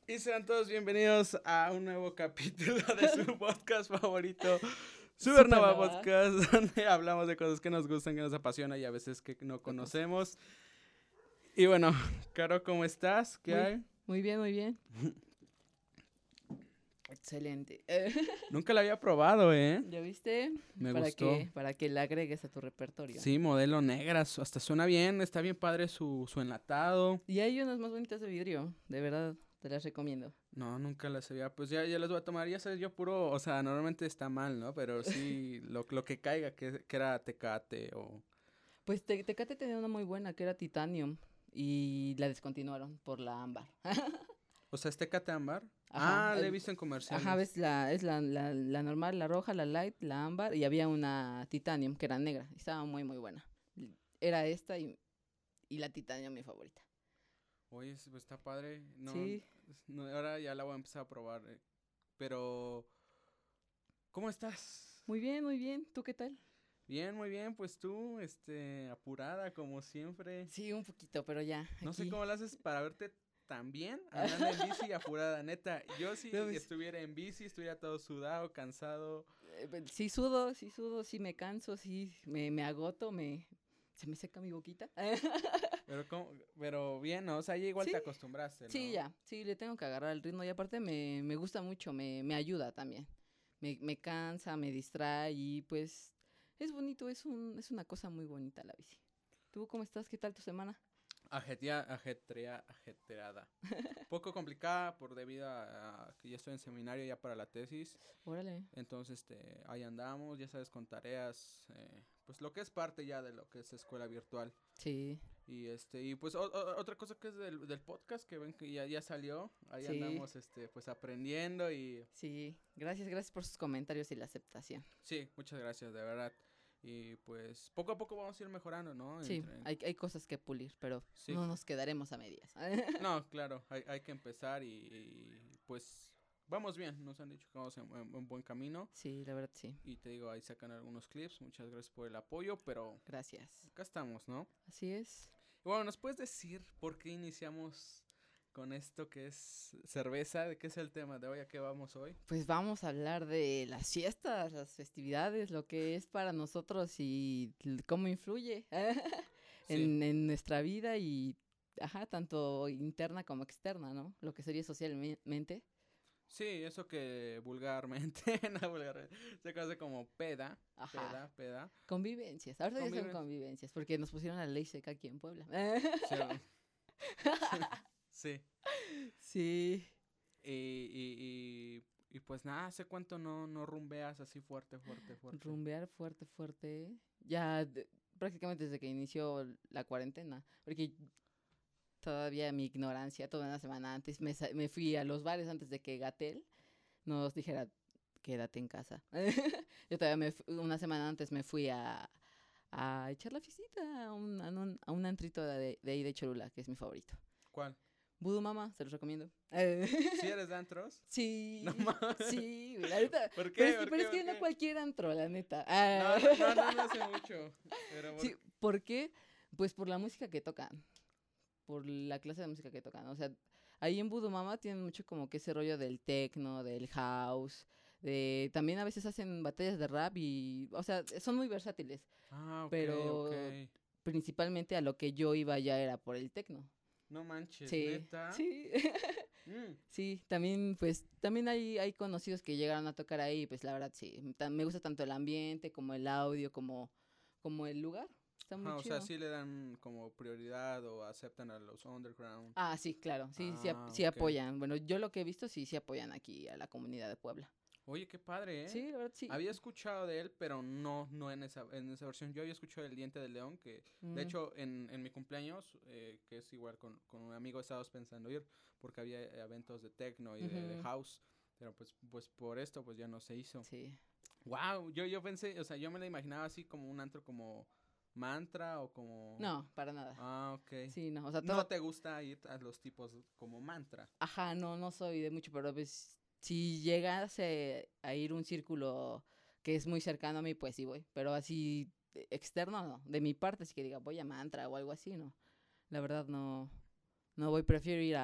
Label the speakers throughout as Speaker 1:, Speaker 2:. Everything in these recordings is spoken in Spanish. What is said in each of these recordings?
Speaker 1: Y sean todos bienvenidos a un nuevo capítulo de su podcast favorito, Supernova Podcast, donde hablamos de cosas que nos gustan, que nos apasionan y a veces que no conocemos. Y bueno, Caro, ¿cómo estás? ¿Qué hay?
Speaker 2: Muy bien, muy bien. Excelente.
Speaker 1: Nunca la había probado, ¿eh?
Speaker 2: ¿Ya viste?
Speaker 1: Me gustó.
Speaker 2: Para que la agregues a tu repertorio.
Speaker 1: Sí, modelo negras, hasta suena bien, está bien padre su enlatado.
Speaker 2: Y hay unas más bonitas de vidrio, de verdad, te las recomiendo.
Speaker 1: No, nunca las había, pues ya las voy a tomar, ya sabes, yo puro, o sea, normalmente está mal, ¿no? Pero sí, lo que caiga, que era Tecate o...
Speaker 2: Pues Tecate tenía una muy buena que era Titanium y la descontinuaron por la ámbar.
Speaker 1: O sea, ¿es Tecate ámbar?
Speaker 2: Ajá,
Speaker 1: La he visto en comerciales.
Speaker 2: Ajá, ves, es la normal, la roja, la light, la ámbar y había una Titanium que era negra y estaba muy, muy buena. Era esta y la Titanium mi favorita.
Speaker 1: Oye, pues está padre. No,
Speaker 2: Sí.
Speaker 1: no, ahora ya la voy a empezar a probar. Pero, ¿cómo estás?
Speaker 2: Muy bien, muy bien. ¿Tú qué tal?
Speaker 1: Bien, muy bien. Pues tú, apurada como siempre.
Speaker 2: Sí, un poquito, pero ya.
Speaker 1: No sé
Speaker 2: aquí.
Speaker 1: cómo lo haces para verte tan bien andando en bici y apurada, neta. Yo si estuviera en bici, estuviera todo sudado, cansado.
Speaker 2: Sí sudo, sí me canso, sí me agoto, se me seca mi boquita.
Speaker 1: Pero bien, ¿no? O sea, ya igual
Speaker 2: Sí,
Speaker 1: te acostumbraste, ¿no?
Speaker 2: sí, le tengo que agarrar el ritmo y aparte me gusta mucho, me ayuda también. Me cansa, me distrae y pues es bonito, es una cosa muy bonita la bici. ¿Tú cómo estás? ¿Qué tal tu semana?
Speaker 1: Ajetreada. Poco complicada por debido a que ya estoy en seminario ya para la tesis.
Speaker 2: Órale.
Speaker 1: Entonces, ahí andamos, ya sabes, con tareas, pues lo que es parte ya de lo que es escuela virtual.
Speaker 2: Sí.
Speaker 1: Y pues otra cosa que es del podcast que ven que ya salió, ahí
Speaker 2: Sí.
Speaker 1: andamos, pues aprendiendo y...
Speaker 2: Sí, gracias por sus comentarios y la aceptación.
Speaker 1: Sí, muchas gracias, de verdad. Y pues poco a poco vamos a ir mejorando, ¿no?
Speaker 2: Sí, hay cosas que pulir, pero
Speaker 1: sí.
Speaker 2: no nos quedaremos a medias.
Speaker 1: No, claro, hay que empezar y pues vamos bien, nos han dicho que vamos en buen camino.
Speaker 2: Sí, la verdad sí.
Speaker 1: Y te digo, ahí sacan algunos clips, muchas gracias por el apoyo, pero...
Speaker 2: Gracias.
Speaker 1: Acá estamos, ¿no?
Speaker 2: Así es.
Speaker 1: Y bueno, ¿nos puedes decir por qué iniciamos con esto que es cerveza? ¿De qué es el tema de hoy? ¿A qué vamos hoy?
Speaker 2: Pues vamos a hablar de las fiestas, las festividades, lo que es para nosotros y cómo influye en nuestra vida y, tanto interna como externa, ¿no? Lo que sería socialmente.
Speaker 1: Sí, eso que vulgarmente, no vulgarmente, se conoce como peda.
Speaker 2: Ajá.
Speaker 1: Peda.
Speaker 2: Convivencias. Ahorita ya son convivencias, porque nos pusieron la ley seca aquí en Puebla.
Speaker 1: Sí.
Speaker 2: Sí.
Speaker 1: Y pues nada, ¿hace cuánto no rumbeas así fuerte?
Speaker 2: Rumbear fuerte. Ya prácticamente desde que inició la cuarentena. Porque todavía mi ignorancia, toda una semana antes, me fui a los bares antes de que Gatell nos dijera, quédate en casa. Yo todavía una semana antes me fui a echar la visita a un antrito de ahí de Cholula, que es mi favorito.
Speaker 1: ¿Cuál?
Speaker 2: Voodoo Mama, se los recomiendo.
Speaker 1: ¿Sí eres de antros?
Speaker 2: Sí.
Speaker 1: No mames.
Speaker 2: Sí, la neta.
Speaker 1: ¿Por qué?
Speaker 2: Pero es que no cualquier antro, la neta.
Speaker 1: No hace mucho. Pero
Speaker 2: sí, ¿por qué? Pues por la música que tocan. Por la clase de música que tocan. O sea, ahí en Voodoo Mama tienen mucho como que ese rollo del techno, del house. También a veces hacen batallas de rap y, o sea, son muy versátiles.
Speaker 1: Ok,
Speaker 2: pero principalmente a lo que yo iba ya era por el techno.
Speaker 1: No manches,
Speaker 2: sí,
Speaker 1: ¿neta?
Speaker 2: Sí. Sí, también hay conocidos que llegaron a tocar ahí, pues la verdad sí. Me gusta tanto el ambiente, como el audio, como el lugar. Está muy chido.
Speaker 1: O sea, sí le dan como prioridad o aceptan a los underground.
Speaker 2: Ah, sí, claro, sí apoyan. Bueno, yo lo que he visto sí apoyan aquí a la comunidad de Puebla.
Speaker 1: Oye, qué padre, ¿eh?
Speaker 2: Sí, la verdad sí.
Speaker 1: Había escuchado de él, pero no en esa versión. Yo había escuchado El Diente del León, que de hecho en mi cumpleaños, que es igual con un amigo, estábamos pensando ir, porque había eventos de techno y de house, pero pues por esto pues ya no se hizo.
Speaker 2: Sí.
Speaker 1: Wow, yo pensé, o sea, yo me la imaginaba así como un antro como Mantra o como...
Speaker 2: No, para nada.
Speaker 1: Ah, ok.
Speaker 2: Sí, no, o sea,
Speaker 1: ¿No te gusta ir a los tipos como Mantra?
Speaker 2: Ajá, no soy de mucho, pero pues si llegase a ir un círculo que es muy cercano a mí, pues sí voy. Pero así externo, no. De mi parte, así que diga, voy a Mantra o algo así, no. La verdad no voy. Prefiero ir a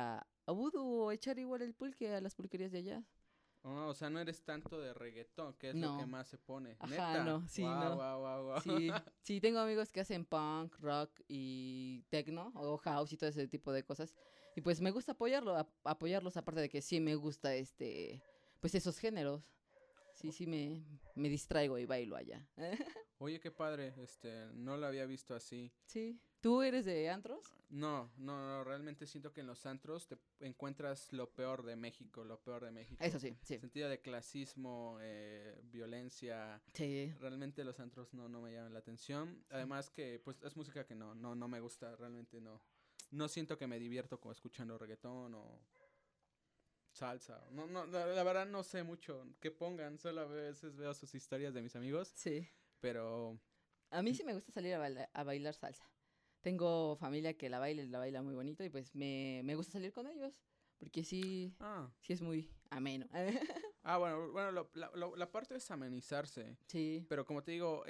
Speaker 2: a Voodoo o echar igual el pulque a las pulquerías de allá.
Speaker 1: Oh, o sea, no eres tanto de reggaetón, que es lo que
Speaker 2: No.
Speaker 1: más se pone.
Speaker 2: Ajá,
Speaker 1: Neta.
Speaker 2: no, sí,
Speaker 1: Wow,
Speaker 2: no.
Speaker 1: wow, wow, wow.
Speaker 2: Sí, sí, tengo amigos que hacen punk, rock y techno o house y todo ese tipo de cosas. Y pues me gusta apoyarlos, aparte de que sí me gusta pues esos géneros. Sí, sí me distraigo y bailo allá.
Speaker 1: Oye, qué padre, no lo había visto así.
Speaker 2: Sí. ¿Tú eres de antros?
Speaker 1: No, no, no, realmente siento que en los antros te encuentras lo peor de México, lo peor de
Speaker 2: Eso
Speaker 1: México.
Speaker 2: sí, sí.
Speaker 1: Sentido de clasismo, violencia.
Speaker 2: Sí.
Speaker 1: Realmente los antros no me llaman la atención. Además que, pues, es música que no me gusta, realmente no. No siento que me divierto como escuchando reggaetón o salsa. No, no, la verdad no sé mucho qué pongan, solo a veces veo sus historias de mis amigos,
Speaker 2: Sí.
Speaker 1: pero...
Speaker 2: A mí sí me gusta salir a bailar salsa. Tengo familia que la baila muy bonito y pues me gusta salir con ellos. Porque sí,
Speaker 1: Ah,
Speaker 2: sí es muy ameno.
Speaker 1: bueno, la parte es amenizarse,
Speaker 2: Sí.
Speaker 1: pero como te digo,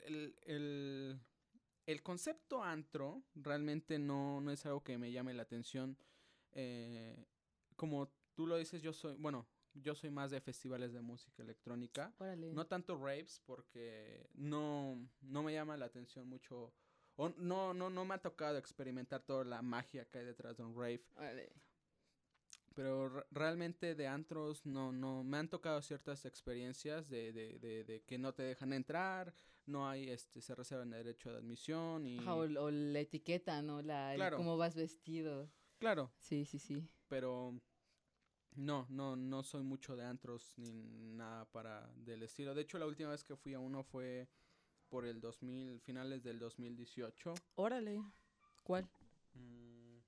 Speaker 1: el concepto antro realmente no es algo que me llame la atención. Eh, Como tú lo dices, yo soy más de festivales de música electrónica,
Speaker 2: Órale.
Speaker 1: no tanto raves porque no me llama la atención mucho, o no me ha tocado experimentar toda la magia que hay detrás de un rave.
Speaker 2: Órale.
Speaker 1: Pero realmente de antros no, me han tocado ciertas experiencias de que no te dejan entrar, no hay, se reservan el derecho de admisión
Speaker 2: Ajá,
Speaker 1: y,
Speaker 2: o la etiqueta, ¿no? El
Speaker 1: claro,
Speaker 2: cómo vas vestido.
Speaker 1: claro,
Speaker 2: Sí, sí, sí.
Speaker 1: pero no soy mucho de antros ni nada para del estilo. De hecho, la última vez que fui a uno fue por el 2000, finales del 2018.
Speaker 2: Órale. ¿Cuál?
Speaker 1: Mm,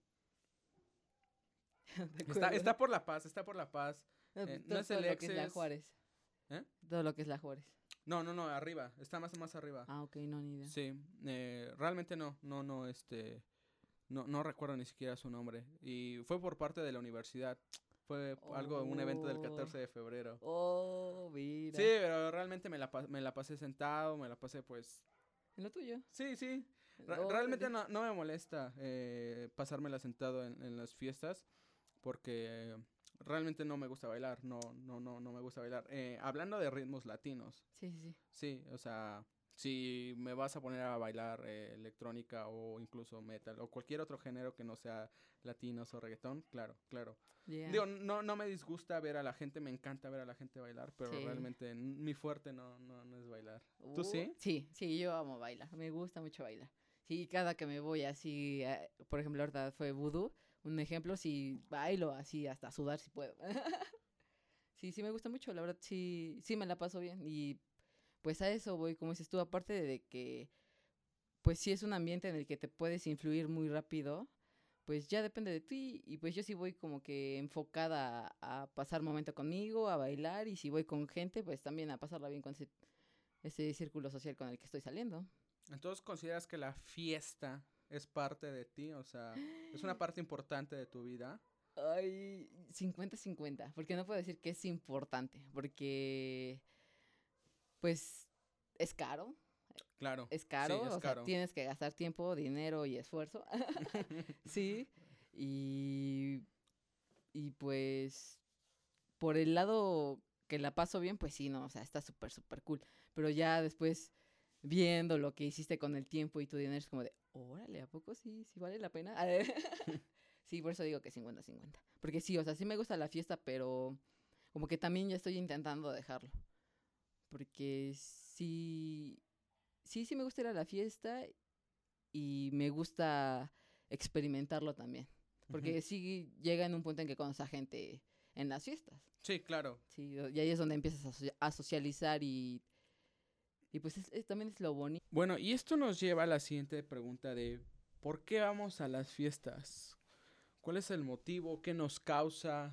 Speaker 2: No te acuerdas.
Speaker 1: está por La Paz, está por La Paz. No es
Speaker 2: Todo
Speaker 1: el
Speaker 2: lo que es la
Speaker 1: Exes.
Speaker 2: Juárez.
Speaker 1: ¿Eh?
Speaker 2: Todo lo que es la Juárez.
Speaker 1: No, arriba, está más arriba.
Speaker 2: Ah, ok, no, ni idea.
Speaker 1: Sí, realmente no recuerdo ni siquiera su nombre. Y fue por parte de la universidad. Fue un evento del
Speaker 2: Oh,
Speaker 1: 14 de febrero.
Speaker 2: oh,
Speaker 1: Sí,
Speaker 2: mira.
Speaker 1: pero realmente me la pasé sentado, me la pasé pues...
Speaker 2: En lo tuyo.
Speaker 1: Sí, sí. Realmente
Speaker 2: Órale.
Speaker 1: no me molesta pasármela sentado en las fiestas porque realmente no me gusta bailar, no me gusta bailar. Hablando de ritmos latinos,
Speaker 2: Sí, sí, sí.
Speaker 1: sí, o sea, si me vas a poner a bailar electrónica o incluso metal o cualquier otro género que no sea latinos o reggaetón, claro, claro.
Speaker 2: Yeah.
Speaker 1: Digo, no me disgusta ver a la gente, me encanta ver a la gente bailar, pero
Speaker 2: Sí.
Speaker 1: realmente mi fuerte no es bailar. ¿Tú sí?
Speaker 2: Sí, sí, yo amo bailar. Me gusta mucho bailar. Sí, cada que me voy así, por ejemplo, ahorita fue vudú, un ejemplo, si bailo así hasta sudar si puedo. Sí, sí me gusta mucho, la verdad, sí, sí me la paso bien. Y pues a eso voy, como dices tú, aparte de que, pues sí es un ambiente en el que te puedes influir muy rápido, pues ya depende de ti. Y pues yo sí voy como que enfocada a pasar momento conmigo, a bailar, y si voy con gente, pues también a pasarla bien con ese círculo social con el que estoy saliendo.
Speaker 1: Entonces, ¿consideras que la fiesta es parte de ti? O sea, ¿es una parte importante de tu vida?
Speaker 2: Ay, 50-50, porque no puedo decir que es importante, porque pues es
Speaker 1: Claro,
Speaker 2: es
Speaker 1: sí,
Speaker 2: caro,
Speaker 1: es
Speaker 2: o sea,
Speaker 1: caro.
Speaker 2: tienes que gastar tiempo, dinero y esfuerzo, sí, y, y pues por el lado que la paso bien, pues sí, no, o sea, está súper, súper cool, pero ya después viendo lo que hiciste con el tiempo y tu dinero es como de, órale, ¿a poco sí, sí vale la pena? Sí, por eso digo que 50-50. Porque sí, o sea, sí me gusta la fiesta, pero como que también ya estoy intentando dejarlo. Porque sí, sí me gusta ir a la fiesta y me gusta experimentarlo también.
Speaker 1: Ujú.
Speaker 2: Porque sí llega en un punto en que conoces a gente en las fiestas.
Speaker 1: Sí, claro.
Speaker 2: Sí, y ahí es donde empiezas a socializar y pues también es lo bonito.
Speaker 1: Bueno, y esto nos lleva a la siguiente pregunta de ¿por qué vamos a las fiestas? ¿Cuál es el motivo? ¿Qué nos causa?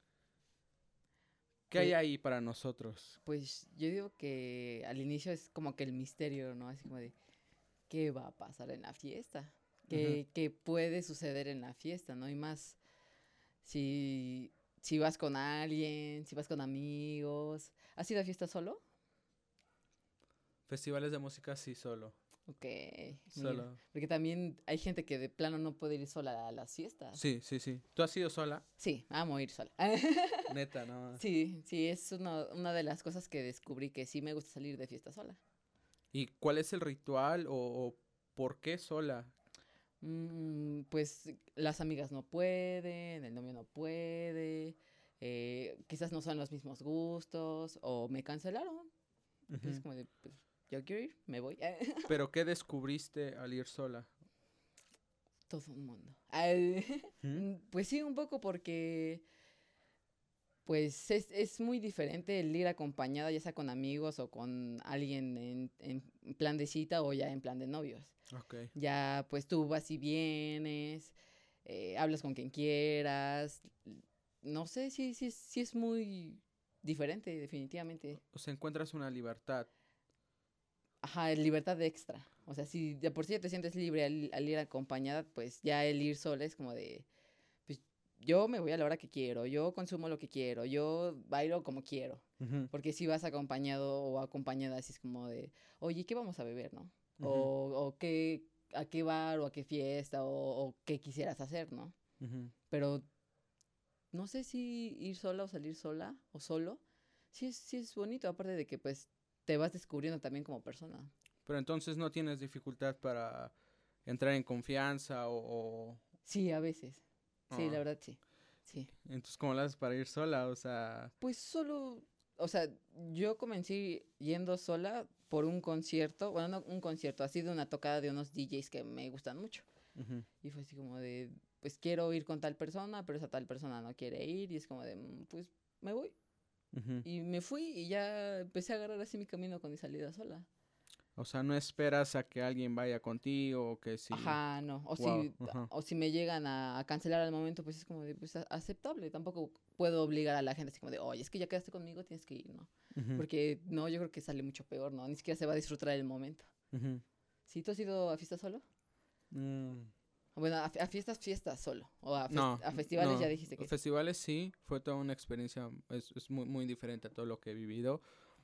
Speaker 1: ¿Qué hay
Speaker 2: Pues,
Speaker 1: ahí para nosotros?
Speaker 2: pues yo digo que al inicio es como que el misterio, ¿no? Así como de, qué va a pasar en la fiesta,
Speaker 1: Ujú.
Speaker 2: qué puede suceder en la fiesta, ¿no? Y más si, si vas con alguien, si vas con amigos. ¿Has ido a fiesta solo?
Speaker 1: Festivales de música sí solo.
Speaker 2: Ok, mira.
Speaker 1: Solo.
Speaker 2: Porque también hay gente que de plano no puede ir sola a las fiestas.
Speaker 1: Sí, sí, sí. ¿Tú has ido sola?
Speaker 2: Sí, amo ir sola.
Speaker 1: Neta, no.
Speaker 2: Sí, sí, es una de las cosas que descubrí que sí me gusta salir de fiesta sola.
Speaker 1: ¿Y cuál es el ritual o por qué sola?
Speaker 2: Pues las amigas no pueden, el novio no puede, quizás no son los mismos gustos o me cancelaron. Entonces es
Speaker 1: Ujú.
Speaker 2: como de, pues, yo quiero ir, me voy.
Speaker 1: ¿Pero qué descubriste al ir sola?
Speaker 2: Todo un mundo. Ay,
Speaker 1: ¿Mm?
Speaker 2: pues sí, un poco porque pues es muy diferente el ir acompañada, ya sea con amigos o con alguien en plan de cita o ya en plan de novios.
Speaker 1: Ok.
Speaker 2: Ya pues tú vas y vienes, hablas con quien quieras. No sé, sí es muy diferente, definitivamente.
Speaker 1: O sea, encuentras una libertad.
Speaker 2: Ajá, libertad extra. O sea, si de por sí ya te sientes libre al ir acompañada, pues ya el ir sola es como de, pues yo me voy a la hora que quiero, yo consumo lo que quiero, yo bailo como quiero.
Speaker 1: Ujú,
Speaker 2: Porque si vas acompañado o acompañada, así es como de, oye, ¿qué vamos a beber, no?
Speaker 1: ujú,
Speaker 2: O qué, a qué bar o a qué fiesta o qué quisieras hacer, ¿no?
Speaker 1: ujú.
Speaker 2: Pero no sé si ir sola o salir sola o solo, sí es bonito, aparte de que pues te vas descubriendo también como persona.
Speaker 1: Pero entonces no tienes dificultad para entrar en confianza
Speaker 2: Sí, a veces. Sí, la
Speaker 1: ah,
Speaker 2: verdad sí. Sí.
Speaker 1: entonces, ¿cómo lo haces para ir sola? O sea,
Speaker 2: Pues solo, o sea, yo comencé yendo sola por un concierto, bueno, no un concierto, ha sido una tocada de unos DJs que me gustan mucho.
Speaker 1: ujú,
Speaker 2: Y fue así como de, pues quiero ir con tal persona, pero esa tal persona no quiere ir. Y es como de, pues me voy.
Speaker 1: ujú.
Speaker 2: Y me fui y ya empecé a agarrar así mi camino con mi salida sola.
Speaker 1: O sea, no esperas a que alguien vaya contigo o que si...
Speaker 2: Ajá, no.
Speaker 1: Wow, ajá.
Speaker 2: O si me llegan a cancelar al momento, pues es como de, pues aceptable. Tampoco puedo obligar a la gente así como de, oye, es que ya quedaste conmigo, tienes que ir, ¿no?
Speaker 1: Ujú,
Speaker 2: Porque no, yo creo que sale mucho peor, ¿no? Ni siquiera se va a disfrutar el momento.
Speaker 1: ujú.
Speaker 2: ¿Sí? ¿Tú has ido a fiestas solo?
Speaker 1: Mm,
Speaker 2: Bueno, a fiestas solo. O
Speaker 1: no,
Speaker 2: a festivales ya
Speaker 1: no.
Speaker 2: dijiste que sí.
Speaker 1: Festivales sí, fue toda una experiencia, es muy, muy diferente a todo lo que he vivido.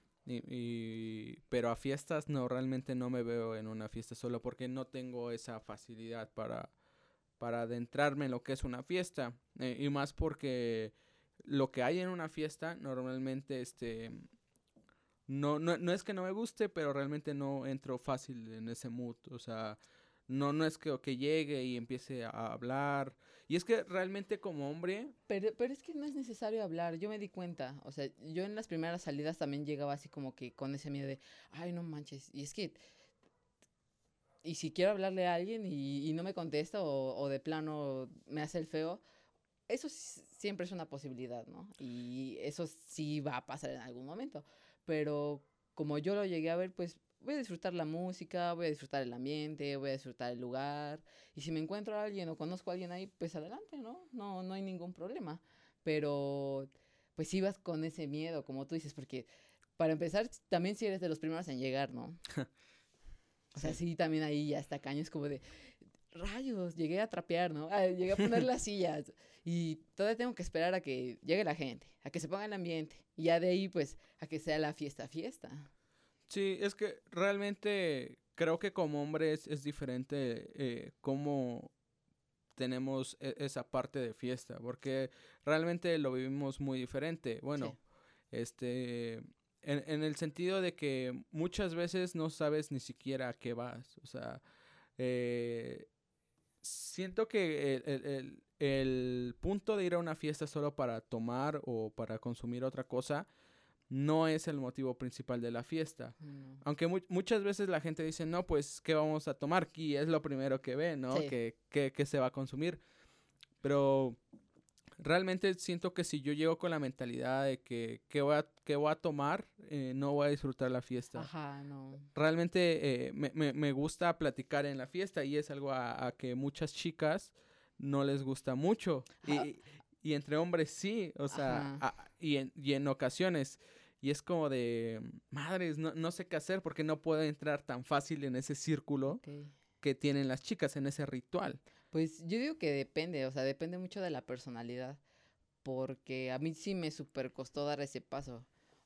Speaker 1: Pero a fiestas no, realmente no me veo en una fiesta solo porque no tengo esa facilidad para adentrarme en lo que es una fiesta. Y más porque lo que hay en una fiesta normalmente no es que no me guste, pero realmente no entro fácil en ese mood. O sea, no es que llegue y empiece a hablar. Y es que realmente como hombre,
Speaker 2: Pero es que no es necesario hablar, yo me di cuenta, o sea, yo en las primeras salidas también llegaba así como que con ese miedo de, ay, no manches, y es que, y si quiero hablarle a alguien y no me contesta o de plano me hace el feo, eso siempre es una posibilidad, ¿no? Y eso sí va a pasar en algún momento, pero como yo lo llegué a ver, pues voy a disfrutar la música, voy a disfrutar el ambiente, voy a disfrutar el lugar, y si me encuentro a alguien o conozco a alguien ahí, pues adelante, ¿no? No hay ningún problema, pero pues sí vas con ese miedo, como tú dices, porque para empezar, también si eres de los primeros en llegar, ¿no? O sea,
Speaker 1: sí.
Speaker 2: sí, también ahí ya está caño, es como de, rayos, llegué a trapear, ¿no? Llegué a poner las sillas y todavía tengo que esperar a que llegue la gente, a que se ponga el ambiente y ya de ahí pues a que sea la fiesta.
Speaker 1: Sí, es que realmente creo que como hombres es diferente cómo tenemos esa parte de fiesta, porque realmente lo vivimos muy diferente.
Speaker 2: Sí.
Speaker 1: Bueno, este, en el sentido de que muchas veces no sabes ni siquiera a qué vas. O sea, eh, siento que el punto de ir a una fiesta solo para tomar o para consumir otra cosa no es el motivo principal de la fiesta.
Speaker 2: No.
Speaker 1: Aunque muchas veces la gente dice, no, pues, ¿qué vamos a tomar? Y es lo primero que ve, ¿no?
Speaker 2: Sí.
Speaker 1: Que se va a consumir. Pero realmente siento que si yo llego con la mentalidad de que voy a tomar, no voy a disfrutar la fiesta.
Speaker 2: Ajá, no.
Speaker 1: Realmente me gusta platicar en la fiesta y es algo a que muchas chicas no les gusta mucho.
Speaker 2: Ajá.
Speaker 1: Y entre hombres sí, o sea,
Speaker 2: Ajá.
Speaker 1: y en ocasiones. Y es como de, madres, no sé qué hacer porque no puedo entrar tan fácil en ese círculo
Speaker 2: Ok.
Speaker 1: que tienen las chicas, en ese ritual.
Speaker 2: Pues yo digo que depende, o sea, depende mucho de la personalidad, porque a mí sí me super costó dar ese paso.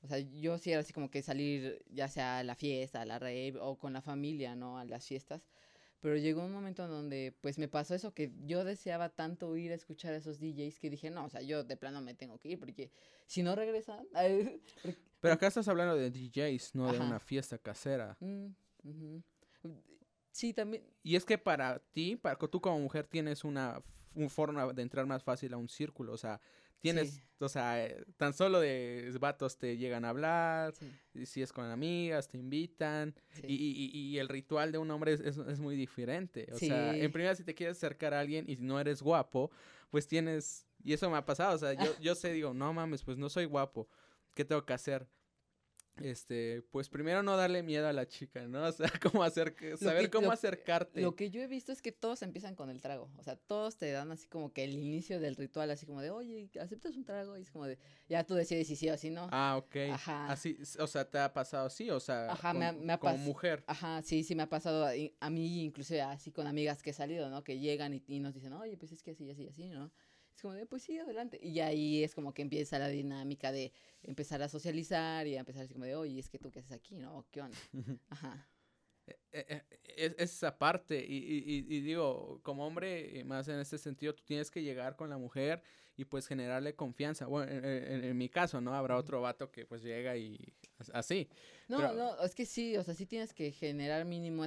Speaker 2: O sea, yo sí era así como que salir ya sea a la fiesta, a la rave o con la familia, ¿no? A las fiestas. Pero llegó un momento en donde pues me pasó eso que yo deseaba tanto ir a escuchar a esos DJs que dije, no, o sea, yo de plano me tengo que ir porque si no regresan,
Speaker 1: Pero acá estás hablando de DJs, no de una
Speaker 2: ajá.
Speaker 1: fiesta casera.
Speaker 2: Ujú. Sí, también.
Speaker 1: Y es que para ti, tú como mujer tienes una forma de entrar más fácil a un círculo, o sea,
Speaker 2: Sí,
Speaker 1: tienes, o sea, tan solo de vatos te llegan a hablar,
Speaker 2: sí,
Speaker 1: y si es con amigas, te invitan, y,
Speaker 2: sí.
Speaker 1: y el ritual de un hombre es muy diferente, o sea, en
Speaker 2: Sí.
Speaker 1: primera si te quieres acercar a alguien y no eres guapo, pues tienes, y eso me ha pasado, o sea, yo sé, digo, no mames, pues no soy guapo, ¿qué tengo que hacer? Pues primero no darle miedo a la chica, ¿no? O sea, cómo
Speaker 2: Lo
Speaker 1: saber
Speaker 2: que,
Speaker 1: cómo
Speaker 2: lo
Speaker 1: acercarte.
Speaker 2: que yo he visto es que todos empiezan con el trago. O sea, todos te dan así como que el inicio del ritual, así como de, oye, ¿aceptas un trago? Y es como de, ya tú decides si sí o si no.
Speaker 1: Ah, ok.
Speaker 2: Ajá.
Speaker 1: Así, o sea, ¿te ha pasado así? O sea,
Speaker 2: Ajá, me ha
Speaker 1: como
Speaker 2: pasado.
Speaker 1: mujer.
Speaker 2: Ajá, sí, sí me ha pasado a mí, incluso así con amigas que he salido, ¿no? Que llegan y nos dicen, oye, pues es que así, así, así, ¿no? Es como de, pues sí, adelante. Y ahí es como que empieza la dinámica de empezar a socializar y a empezar así como de, oye, es que tú qué haces aquí, ¿no? ¿Qué onda? Ajá.
Speaker 1: Es esa parte. Y digo, como hombre, más en este sentido, tú tienes que llegar con la mujer y pues generarle confianza. Bueno, en mi caso, ¿no? Habrá
Speaker 2: Ujú.
Speaker 1: otro vato que pues llega y así.
Speaker 2: No,
Speaker 1: Pero,
Speaker 2: no, es que sí, o sea, sí tienes que generar mínimo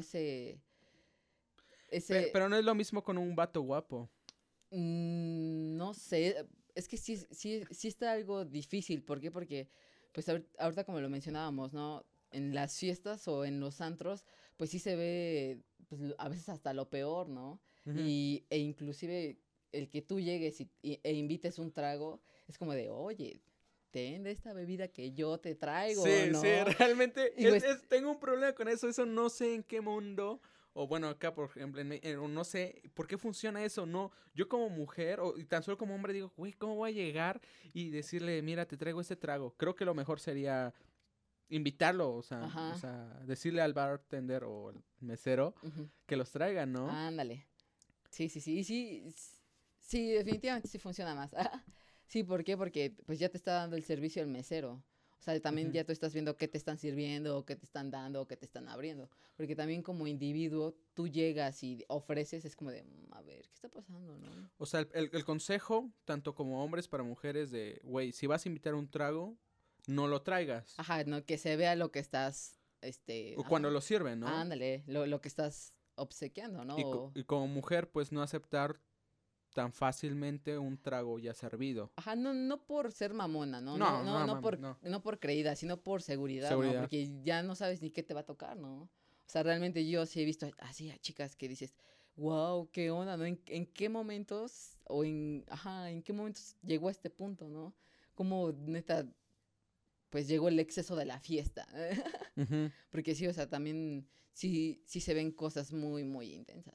Speaker 2: ese,
Speaker 1: pero no es lo mismo con un vato guapo.
Speaker 2: no sé, es que sí, sí, sí está algo difícil. ¿Por qué? Porque, pues ahorita como lo mencionábamos, ¿no? En las fiestas o en los antros, pues sí se ve, pues a veces hasta lo peor, ¿no?
Speaker 1: Ujú.
Speaker 2: E inclusive el que tú llegues e invites un trago, es como de, oye, ten de esta bebida que yo te traigo,
Speaker 1: Sí, sí,
Speaker 2: ¿no?
Speaker 1: realmente
Speaker 2: Y pues,
Speaker 1: tengo un problema con eso no sé en qué mundo, o bueno, acá por ejemplo, no sé por qué funciona eso, no, yo como mujer, y tan solo como hombre digo, güey, ¿cómo voy a llegar y decirle, mira, te traigo este trago? Creo que lo mejor sería invitarlo, o
Speaker 2: ajá,
Speaker 1: sea, decirle al bartender o al mesero
Speaker 2: ujú,
Speaker 1: que los traigan, ¿no?
Speaker 2: ándale. Sí, sí, sí, y sí, sí, definitivamente sí funciona más. Sí, ¿por qué? Porque pues ya te está dando el servicio el mesero. O sea, también
Speaker 1: Ujú.
Speaker 2: ya tú estás viendo qué te están sirviendo, o qué te están dando, o qué te están abriendo. Porque también como individuo, tú llegas y ofreces, es como de, a ver, ¿qué está pasando, no?
Speaker 1: O sea, el consejo, tanto como hombres para mujeres, de, güey, si vas a invitar un trago, no lo traigas.
Speaker 2: Ajá, no, que se vea lo que estás,
Speaker 1: O cuando
Speaker 2: ajá,
Speaker 1: lo sirven, ¿no?
Speaker 2: ándale, lo que estás obsequiando, ¿no?
Speaker 1: Y como mujer, pues no aceptar tan fácilmente un trago ya servido.
Speaker 2: Ajá, no, no por ser mamona, ¿no? No,
Speaker 1: No,
Speaker 2: no,
Speaker 1: no mames, no.
Speaker 2: no por creída, sino por seguridad, ¿no?
Speaker 1: Seguridad.
Speaker 2: Porque ya no sabes ni qué te va a tocar, ¿no? O sea, realmente yo sí he visto así a chicas que dices, wow, qué onda, ¿no? En qué momentos, ajá, en qué momentos llegó a este punto, ¿no? Como neta, pues llegó el exceso de la fiesta.
Speaker 1: Ujú.
Speaker 2: Porque sí, o sea, también sí, sí se ven cosas muy, muy intensas.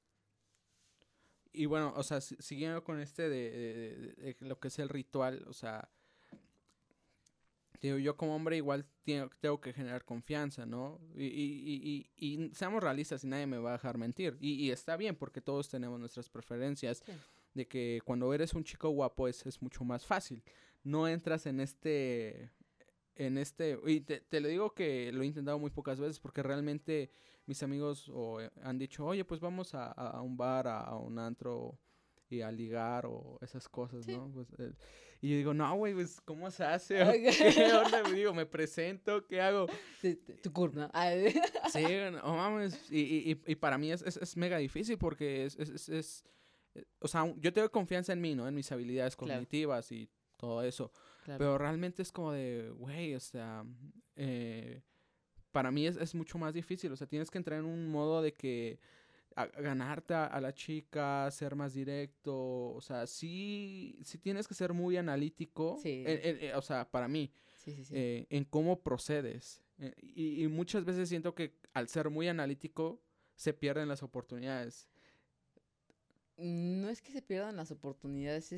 Speaker 1: Y bueno, o sea, siguiendo con este de lo que es el ritual, o sea, digo, yo como hombre igual tengo que generar confianza, ¿no? Y seamos realistas y nadie me va a dejar mentir. Y está bien porque todos tenemos nuestras preferencias
Speaker 2: Sí.
Speaker 1: de que cuando eres un chico guapo es mucho más fácil. No entras y te lo digo que lo he intentado muy pocas veces porque realmente mis amigos han dicho, oye, pues vamos a un bar, a un antro y a ligar o esas cosas,
Speaker 2: Sí.
Speaker 1: ¿no? Pues, y yo digo, no, güey, pues, ¿cómo se hace? ¿O qué onda? Digo, ¿me presento? ¿Qué hago?
Speaker 2: Tu curva, ¿no?
Speaker 1: Sí, no mames. Y para mí es mega difícil porque o sea, yo tengo confianza en mí, ¿no? En mis habilidades
Speaker 2: Claro,
Speaker 1: cognitivas y todo eso.
Speaker 2: claro.
Speaker 1: Pero realmente es como de, güey, o sea, eh, para mí es mucho más difícil. O sea, tienes que entrar en un modo de que a ganarte a la chica, ser más directo. O sea, sí tienes que ser muy analítico.
Speaker 2: Sí,
Speaker 1: O sea, para mí,
Speaker 2: sí, sí, sí.
Speaker 1: en cómo procedes. Y muchas veces siento que al ser muy analítico se pierden las oportunidades.
Speaker 2: No es que se pierdan las oportunidades,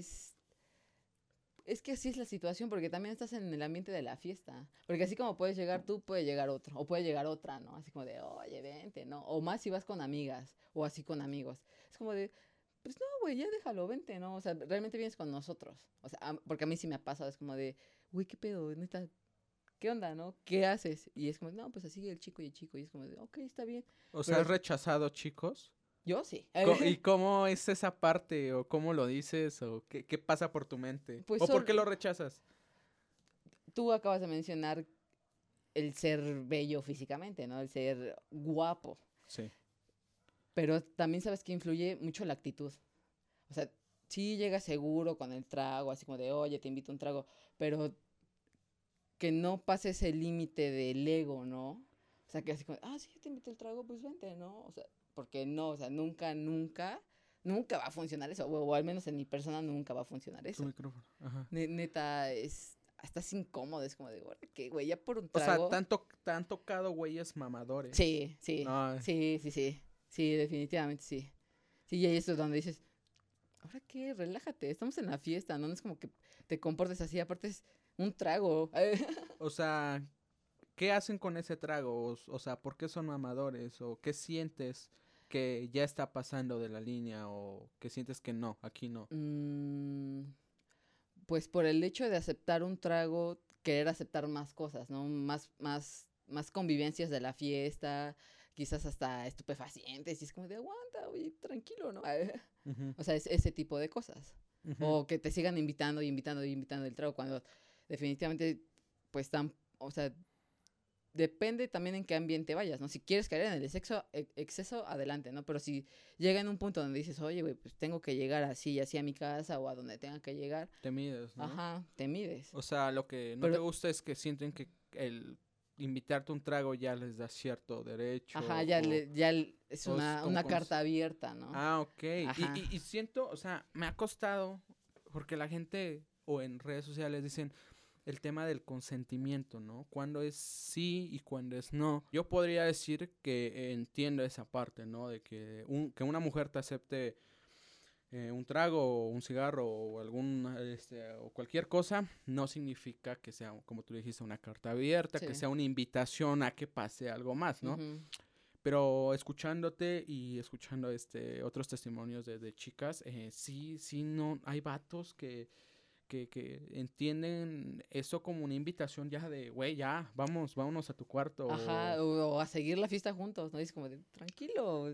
Speaker 2: es que así es la situación, porque también estás en el ambiente de la fiesta. Porque así como puedes llegar tú, puede llegar otro, o puede llegar otra, ¿no? Así como de, oye, vente, ¿no? O más si vas con amigas, o así con amigos. Es como de, pues no, güey, ya déjalo, vente, ¿no? O sea, realmente vienes con nosotros. O sea, porque a mí sí me ha pasado, es como de, güey, ¿qué pedo? Neta, ¿qué onda, no? ¿Qué haces? Y es como, no, pues así el chico y el chico. Y es como, ok, está bien.
Speaker 1: O sea,
Speaker 2: Pero
Speaker 1: ¿has rechazado chicos?
Speaker 2: yo sí.
Speaker 1: ¿Y cómo es esa parte? ¿O cómo lo dices? ¿O qué pasa por tu mente?
Speaker 2: Pues
Speaker 1: ¿O por qué lo rechazas?
Speaker 2: tú acabas de mencionar el ser bello físicamente, ¿no? El ser guapo.
Speaker 1: Sí.
Speaker 2: Pero también sabes que influye mucho la actitud. O sea, sí llegas seguro con el trago, así como de, oye, te invito a un trago, pero que no pases el límite del ego, ¿no? O sea, que así como, sí, te invito el trago, pues vente, ¿no? O sea, porque no, o sea, nunca va a funcionar eso, o al menos en mi persona nunca va a funcionar
Speaker 1: Tu
Speaker 2: eso.
Speaker 1: micrófono. Ajá.
Speaker 2: Neta, hasta es incómodo, es como de, que güey, ya por un
Speaker 1: O sea,
Speaker 2: trago.
Speaker 1: te han tocado güeyes mamadores.
Speaker 2: Sí, sí,
Speaker 1: Ay.
Speaker 2: sí, definitivamente sí. Sí, y ahí es donde dices, ¿ahora qué? Relájate, estamos en la fiesta, ¿no? No es como que te comportes así, aparte es un trago.
Speaker 1: O sea, ¿qué hacen con ese trago? O sea, ¿por qué son mamadores? ¿O qué sientes que ya está pasando de la línea? ¿O qué sientes que no, aquí no?
Speaker 2: Pues por el hecho de aceptar un trago, querer aceptar más cosas, ¿no? Más convivencias de la fiesta, quizás hasta estupefacientes, y es como de aguanta, oye, tranquilo, ¿no?
Speaker 1: Ujú,
Speaker 2: O sea, es ese tipo de cosas.
Speaker 1: ujú.
Speaker 2: O que te sigan invitando y invitando y invitando el trago cuando definitivamente, pues o sea, depende también en qué ambiente vayas, ¿no? Si quieres caer en el exceso, adelante, ¿no? Pero si llega en un punto donde dices, oye, güey, pues tengo que llegar así y así a mi casa o a donde tenga que llegar,
Speaker 1: Te mides, ¿no?
Speaker 2: ajá, te mides.
Speaker 1: O sea, lo que no te
Speaker 2: Pero,
Speaker 1: gusta es que sienten que el invitarte un trago ya les da cierto derecho
Speaker 2: ajá, es
Speaker 1: o es como
Speaker 2: una carta abierta, ¿no?
Speaker 1: Ah, ok.
Speaker 2: Ajá.
Speaker 1: Y siento, o sea, me ha costado, porque la gente o en redes sociales dicen el tema del consentimiento, ¿no? Cuando es sí y cuando es no. Yo podría decir que entiendo esa parte, ¿no? De que, que una mujer te acepte un trago o un cigarro o o cualquier cosa, no significa que sea, como tú dijiste, una carta abierta, que
Speaker 2: Sí.
Speaker 1: sea una invitación a que pase algo más, ¿no?
Speaker 2: Ujú.
Speaker 1: Pero escuchándote y escuchando otros testimonios de chicas, sí, no, hay vatos que entienden eso como una invitación ya de, güey, ya, vámonos a tu cuarto.
Speaker 2: Ajá, o a seguir la fiesta juntos, ¿no? Y es como de, tranquilo,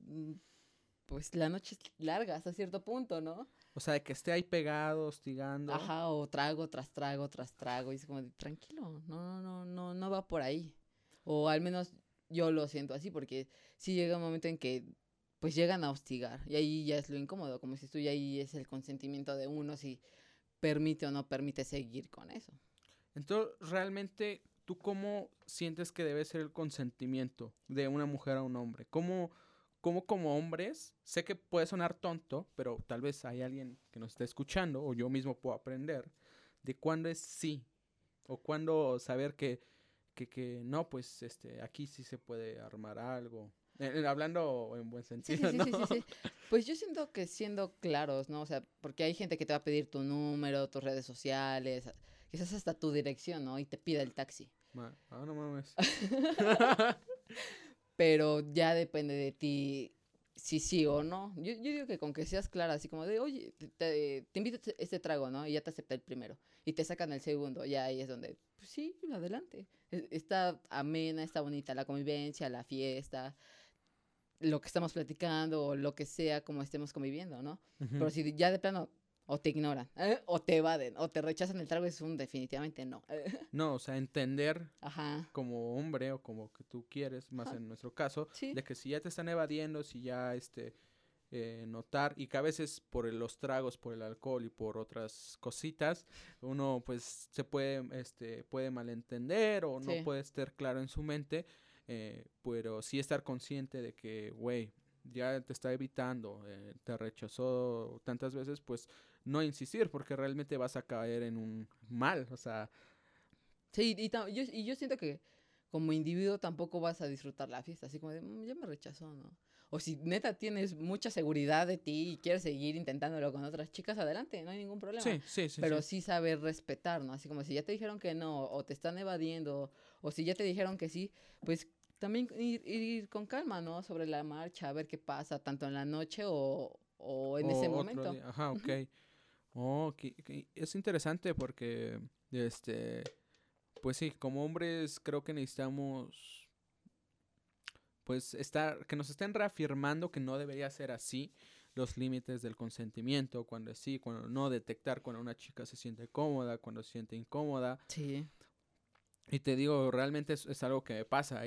Speaker 2: pues la noche es larga hasta cierto punto, ¿no?
Speaker 1: O sea, de que esté ahí pegado, hostigando.
Speaker 2: Ajá, o trago tras trago tras trago, y es como de, tranquilo, no va por ahí. O al menos yo lo siento así, porque sí llega un momento en que pues llegan a hostigar, y ahí ya es lo incómodo, como si tú y ahí es el consentimiento de uno, si permite o no permite seguir con eso.
Speaker 1: Entonces, realmente, ¿tú cómo sientes que debe ser el consentimiento de una mujer a un hombre? ¿Cómo como hombres, sé que puede sonar tonto, pero tal vez hay alguien que nos está escuchando o yo mismo puedo aprender de cuándo es sí o cuándo saber que no, pues aquí sí se puede armar algo. Hablando en buen
Speaker 2: Sí, sí,
Speaker 1: sentido,
Speaker 2: sí,
Speaker 1: ¿no?
Speaker 2: sí, sí, sí. Pues yo siento que siendo claros, ¿no? O sea, porque hay gente que te va a pedir tu número, tus redes sociales, quizás hasta tu dirección, ¿no? Y te pida el taxi.
Speaker 1: No mames.
Speaker 2: Pero ya depende de ti si sí o no. Yo digo que con que seas clara, así como de, oye, te invito a este trago, ¿no? Y ya te acepté el primero. Y te sacan el segundo, ya ahí es donde, pues sí, adelante. Está amena, está bonita la convivencia, la fiesta, lo que estamos platicando o lo que sea como estemos conviviendo, ¿no?
Speaker 1: Ujú.
Speaker 2: Pero si ya de plano o te ignoran, o te evaden, o te rechazan el trago, es un definitivamente no.
Speaker 1: No, o sea, entender
Speaker 2: Ajá,
Speaker 1: como hombre o como que tú quieres, más
Speaker 2: ajá,
Speaker 1: en nuestro caso,
Speaker 2: sí,
Speaker 1: de que si ya te están evadiendo, si ya notar y que a veces por los tragos, por el alcohol y por otras cositas, uno pues se puede malentender o no
Speaker 2: sí.
Speaker 1: puede estar claro en su mente, pero sí estar consciente de que, güey, ya te está evitando, te rechazó tantas veces, pues no insistir porque realmente vas a caer en un mal, o sea,
Speaker 2: Sí, y yo siento que como individuo tampoco vas a disfrutar la fiesta, así como de, ya me rechazó, ¿no? O si neta tienes mucha seguridad de ti y quieres seguir intentándolo con otras chicas, adelante, no hay ningún problema.
Speaker 1: sí, sí, sí,
Speaker 2: Pero
Speaker 1: sí.
Speaker 2: sí saber respetar, ¿no? Así como si ya te dijeron que no, o te están evadiendo, o si ya te dijeron que sí, pues también ir con calma, ¿no? Sobre la marcha, a ver qué pasa, tanto en la noche o en ese
Speaker 1: O otro
Speaker 2: momento.
Speaker 1: día, ajá, ok.
Speaker 2: Ujú.
Speaker 1: Oh, es interesante porque, este, Pues sí, como hombres creo que necesitamos, pues, que nos estén reafirmando que no debería ser así los límites del consentimiento, cuando sí, cuando no, detectar cuando una chica se siente cómoda, cuando se siente incómoda.
Speaker 2: Sí.
Speaker 1: Y te digo, realmente es algo que me pasa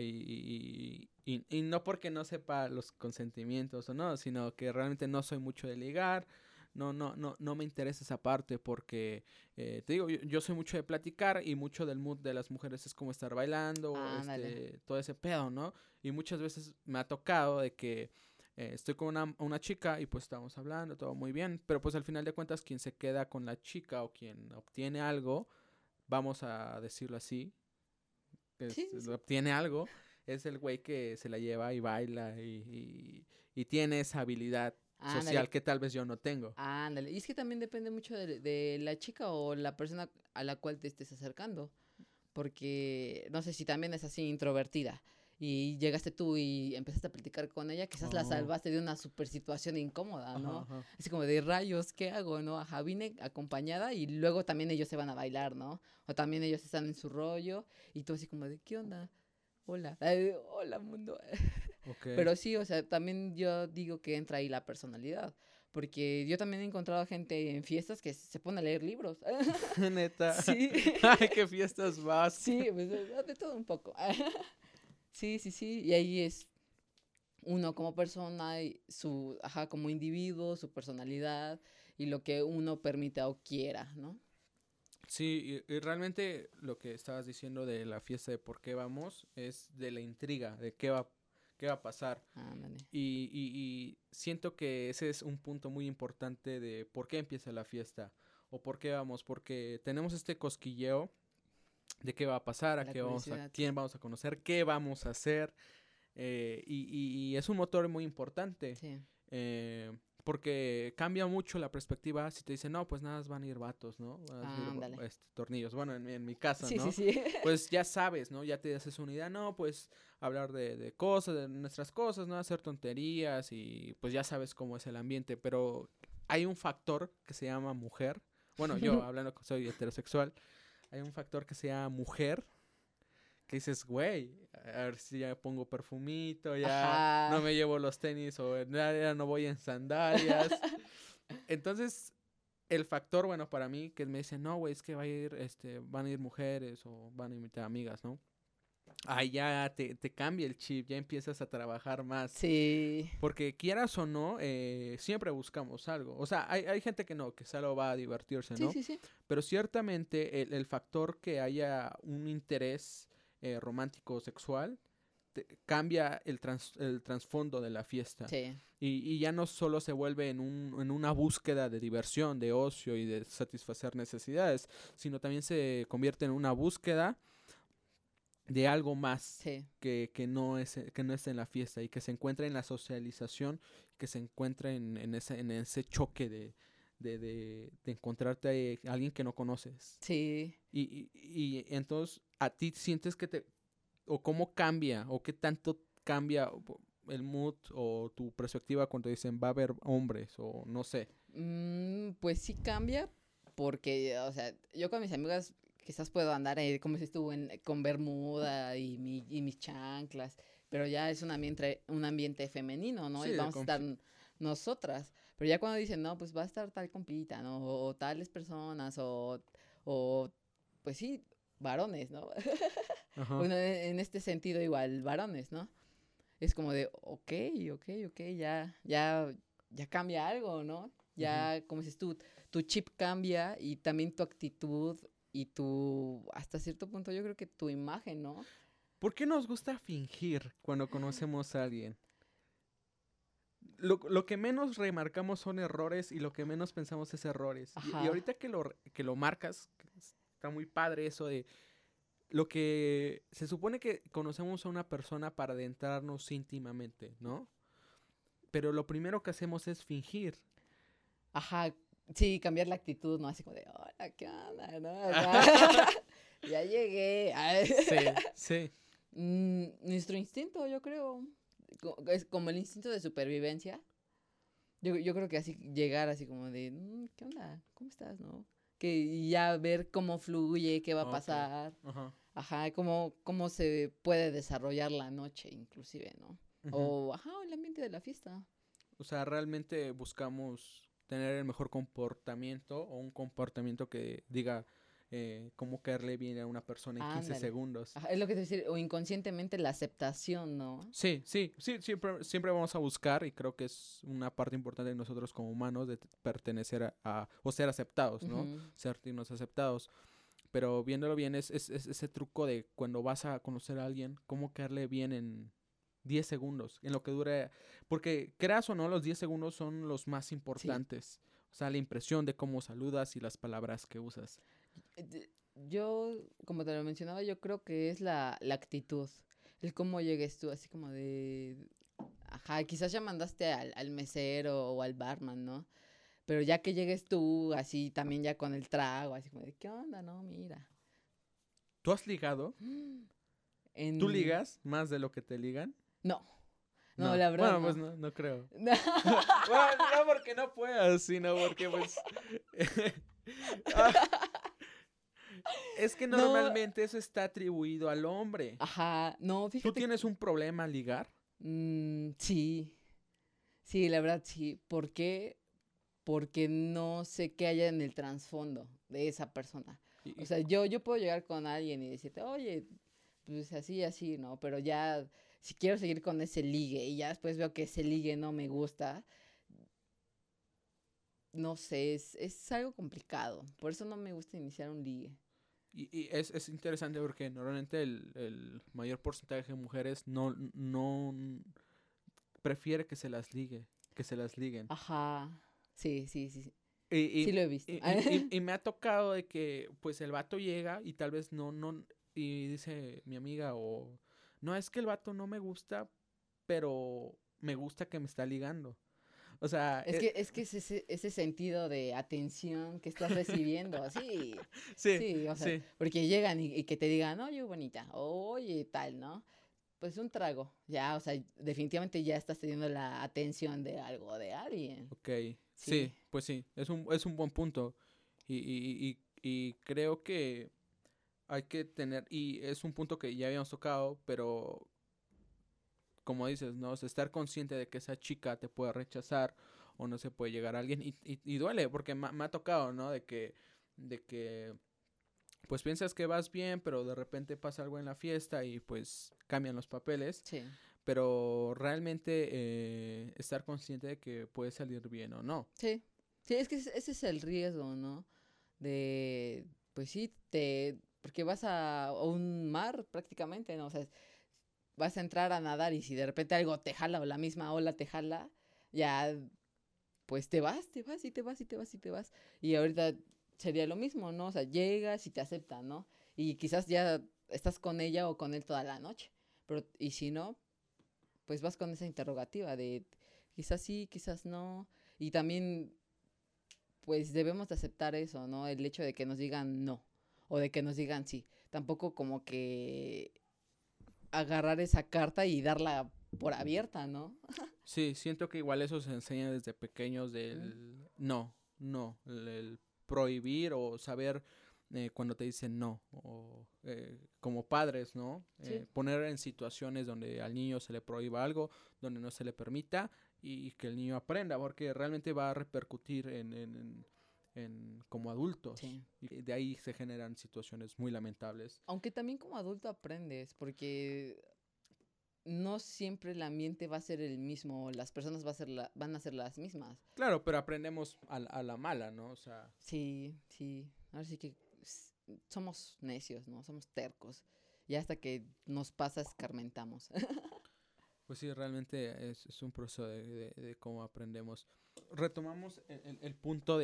Speaker 1: y no porque no sepa los consentimientos o no, sino que realmente no soy mucho de ligar, no me interesa esa parte porque, te digo, yo soy mucho de platicar y mucho del mood de las mujeres es como estar bailando,
Speaker 2: Ándale.
Speaker 1: todo ese pedo, ¿no? Y muchas veces me ha tocado de que estoy con una chica y pues estamos hablando, todo muy bien, pero pues al final de cuentas quien se queda con la chica o quien obtiene algo, vamos a decirlo así,
Speaker 2: Sí, sí.
Speaker 1: obtiene algo, es el güey que se la lleva y baila y tiene esa habilidad
Speaker 2: Ándale.
Speaker 1: social que tal vez yo no tengo.
Speaker 2: Ándale. Y es que también depende mucho de la chica o la persona a la cual te estés acercando. Porque no sé si también es así introvertida. Y llegaste tú y empezaste a platicar con ella, quizás la
Speaker 1: Oh,
Speaker 2: salvaste de una super situación incómoda,
Speaker 1: ajá,
Speaker 2: ¿no?
Speaker 1: ajá.
Speaker 2: Así como de rayos, ¿qué hago, no? Ajá, vine acompañada y luego también ellos se van a bailar, ¿no? O también ellos están en su rollo y tú así como de, ¿qué onda? Hola, hola mundo.
Speaker 1: Ok.
Speaker 2: Pero sí, o sea, también yo digo que entra ahí la personalidad. Porque yo también he encontrado gente en fiestas que se pone a leer libros.
Speaker 1: Neta.
Speaker 2: Sí,
Speaker 1: Ay, qué fiestas vas.
Speaker 2: sí, pues de todo un poco. Sí, sí, sí. Y ahí es uno como persona, y su, ajá, como individuo, su personalidad y lo que uno permita o quiera, ¿no?
Speaker 1: Sí, y realmente lo que estabas diciendo de la fiesta de por qué vamos es de la intriga, de qué va a pasar.
Speaker 2: Ándale.
Speaker 1: Y siento que ese es un punto muy importante de por qué empieza la fiesta o por qué vamos, porque tenemos este cosquilleo de qué va a pasar,
Speaker 2: La curiosidad.
Speaker 1: quién vamos a conocer, qué vamos a hacer, y es un motor muy importante,
Speaker 2: Sí.
Speaker 1: eh, porque cambia mucho la perspectiva si te dicen, no, pues nada, más van a ir vatos, ¿no? Van a ir
Speaker 2: Ándale.
Speaker 1: tornillos, bueno, en mi caso,
Speaker 2: Sí, sí,
Speaker 1: ¿no?
Speaker 2: sí.
Speaker 1: Pues ya sabes, ¿no? Ya te haces una idea, no, pues hablar de cosas, de nuestras cosas, ¿no? Hacer tonterías y pues ya sabes cómo es el ambiente, pero hay un factor que se llama mujer, bueno, yo hablando que soy heterosexual, hay un factor que se llama mujer, que dices, güey, a ver si ya pongo perfumito, ya no
Speaker 2: Ajá.
Speaker 1: me llevo los tenis o ya no voy en sandalias. Entonces, el factor, bueno, para mí, que me dicen, no, güey, es que van a ir mujeres o van a invitar amigas, ¿no? Ahí ya te cambia el chip, ya empiezas a trabajar más.
Speaker 2: Sí.
Speaker 1: Porque quieras o no, siempre buscamos algo. O sea, hay gente que no, que solo va a divertirse,
Speaker 2: Sí,
Speaker 1: ¿no?
Speaker 2: sí, sí.
Speaker 1: Pero ciertamente el factor que haya un interés romántico o sexual cambia el trasfondo de la fiesta.
Speaker 2: Sí.
Speaker 1: Y ya no solo se vuelve en una búsqueda de diversión, de ocio y de satisfacer necesidades, sino también se convierte en una búsqueda de algo más
Speaker 2: Sí.
Speaker 1: que no es en la fiesta y que se encuentra en la socialización, que se encuentra en ese choque de encontrarte a alguien que no conoces.
Speaker 2: Sí.
Speaker 1: Y entonces a ti sientes o cómo cambia, o qué tanto cambia el mood o tu perspectiva cuando dicen va a haber hombres, o no sé.
Speaker 2: Pues sí cambia porque, o sea, yo con mis amigas quizás puedo andar, como si estuvo con bermuda y mis chanclas, pero ya es un ambiente femenino, ¿no?
Speaker 1: Sí,
Speaker 2: Y
Speaker 1: de
Speaker 2: vamos a estar nosotras. Pero ya cuando dicen, no, pues va a estar tal compita, ¿no? O tales personas, o pues sí, varones, ¿no?
Speaker 1: Ajá.
Speaker 2: Bueno, en este sentido igual, varones, ¿no? Es como de, ok, ok, ok, ya cambia algo, ¿no?
Speaker 1: Ujú.
Speaker 2: Ya, como dices tú, tu chip cambia y también tu actitud y hasta cierto punto yo creo que tu imagen, ¿no?
Speaker 1: ¿Por qué nos gusta fingir cuando conocemos a alguien? Lo que menos remarcamos son errores y lo que menos pensamos es errores. Y
Speaker 2: Ajá,
Speaker 1: ahorita que lo marcas, que está muy padre eso de lo que se supone que conocemos a una persona para adentrarnos íntimamente, ¿no? Pero lo primero que hacemos es fingir.
Speaker 2: ajá, sí, cambiar la actitud, ¿no? Así como de, hola, ¿qué onda? ¿No? Acá, ya llegué. Ay.
Speaker 1: Sí, sí.
Speaker 2: Nuestro instinto, yo creo, es como el instinto de supervivencia. Yo creo que así llegar así como de, ¿qué onda? ¿Cómo estás? ¿No? que y ya ver cómo fluye, qué va a
Speaker 1: Ok.
Speaker 2: pasar,
Speaker 1: Ajá.
Speaker 2: ajá, cómo se puede desarrollar la noche inclusive, ¿no?
Speaker 1: Ujú.
Speaker 2: O, ajá, el ambiente de la fiesta.
Speaker 1: O sea, realmente buscamos tener el mejor comportamiento o un comportamiento que diga cómo caerle bien a una persona en 15
Speaker 2: Ándale.
Speaker 1: segundos.
Speaker 2: Ajá, es lo que te decir, o inconscientemente la aceptación, ¿no?
Speaker 1: Sí, sí, sí, siempre vamos a buscar y creo que es una parte importante de nosotros como humanos de pertenecer o ser aceptados, ¿no?
Speaker 2: Ujú.
Speaker 1: Sentirnos aceptados. Pero viéndolo bien es ese truco de cuando vas a conocer a alguien, cómo caerle bien en 10 segundos, en lo que dure, porque creas o no, los 10 segundos son los más
Speaker 2: Sí.
Speaker 1: importantes. O sea, la impresión de cómo saludas y las palabras que usas.
Speaker 2: Yo, como te lo mencionaba, yo creo que es la actitud. El cómo llegues tú, así como de... Ajá, quizás ya mandaste al mesero o al barman, ¿no? Pero ya que llegues tú, así también ya con el trago, así como de, ¿qué onda? No, mira.
Speaker 1: ¿Tú has ligado? ¿Tú
Speaker 2: En...
Speaker 1: ligas más de lo que te ligan?
Speaker 2: No, no,
Speaker 1: No.
Speaker 2: la verdad
Speaker 1: Bueno, pues
Speaker 2: no.
Speaker 1: no, no creo. Bueno, no porque no puedas, sino porque pues... Ah, es que
Speaker 2: No,
Speaker 1: normalmente eso está atribuido al hombre.
Speaker 2: ajá, no,
Speaker 1: ¿Tú
Speaker 2: fíjate
Speaker 1: tienes
Speaker 2: que...
Speaker 1: un problema al ligar?
Speaker 2: Sí, sí, la verdad sí. ¿Por qué? Porque no sé qué haya en el trasfondo de esa persona.
Speaker 1: Y-
Speaker 2: O
Speaker 1: y-
Speaker 2: sea, yo puedo llegar con alguien y decirte, oye, pues así, así, ¿no? Pero ya, si quiero seguir con ese ligue y ya después veo que ese ligue no me gusta, no sé, es algo complicado. Por eso no me gusta iniciar un ligue.
Speaker 1: Y es interesante porque normalmente el mayor porcentaje de mujeres no prefiere que se las ligue, que se las liguen.
Speaker 2: Ajá, sí, sí, sí, sí,
Speaker 1: Y,
Speaker 2: sí
Speaker 1: y,
Speaker 2: lo he visto.
Speaker 1: y me ha tocado de que pues el vato llega y tal vez y dice mi amiga o, no, es que el vato no me gusta, pero me gusta que me está ligando. O sea,
Speaker 2: Es que es ese sentido de atención que estás recibiendo, sí,
Speaker 1: sí,
Speaker 2: sí, o sea,
Speaker 1: sí.
Speaker 2: porque llegan y que te digan, oye, bonita, oye, tal, ¿no? Pues un trago, ya, o sea, definitivamente ya estás teniendo la atención de algo, de alguien,
Speaker 1: Ok,
Speaker 2: sí,
Speaker 1: sí, pues sí, es un buen punto. Y creo que hay que tener, y es un punto que ya habíamos tocado, pero como dices, ¿no? O sea, estar consciente de que esa chica te puede rechazar o no se puede llegar a alguien. Y duele, porque me ha tocado, ¿no? De que, pues piensas que vas bien, pero de repente pasa algo en la fiesta y pues cambian los papeles.
Speaker 2: sí,
Speaker 1: Pero realmente estar consciente de que puede salir bien o no.
Speaker 2: sí, sí, es que ese es el riesgo, ¿no? De, pues sí, porque vas a un mar prácticamente, ¿no? O sea, vas a entrar a nadar y si de repente algo te jala o la misma ola te jala, ya pues te vas y te vas y te vas y te vas. Y ahorita sería lo mismo, ¿no? O sea, llegas y te aceptan, ¿no? Y quizás ya estás con ella o con él toda la noche. Pero, y si no, pues vas con esa interrogativa de quizás sí, quizás no. Y también, pues debemos de aceptar eso, ¿no? El hecho de que nos digan no o de que nos digan sí. Tampoco como que agarrar esa carta y darla por abierta, ¿no?
Speaker 1: Sí, siento que igual eso se enseña desde pequeños
Speaker 2: Mm,
Speaker 1: del no, el prohibir o saber cuando te dicen no, o como padres, ¿no?
Speaker 2: sí.
Speaker 1: Poner en situaciones donde al niño se le prohíba algo, donde no se le permita y que el niño aprenda, porque realmente va a repercutir en como adultos
Speaker 2: Sí.
Speaker 1: y de ahí se generan situaciones muy lamentables.
Speaker 2: Aunque también como adulto aprendes, porque no siempre el ambiente va a ser el mismo, las personas van a ser las mismas.
Speaker 1: Claro, pero aprendemos a la mala, ¿no? O sea,
Speaker 2: Sí, sí. Ahora sí que somos necios, ¿no? Somos tercos. Y hasta que nos pasa escarmentamos.
Speaker 1: pues sí, realmente es un proceso de cómo aprendemos. Retomamos el punto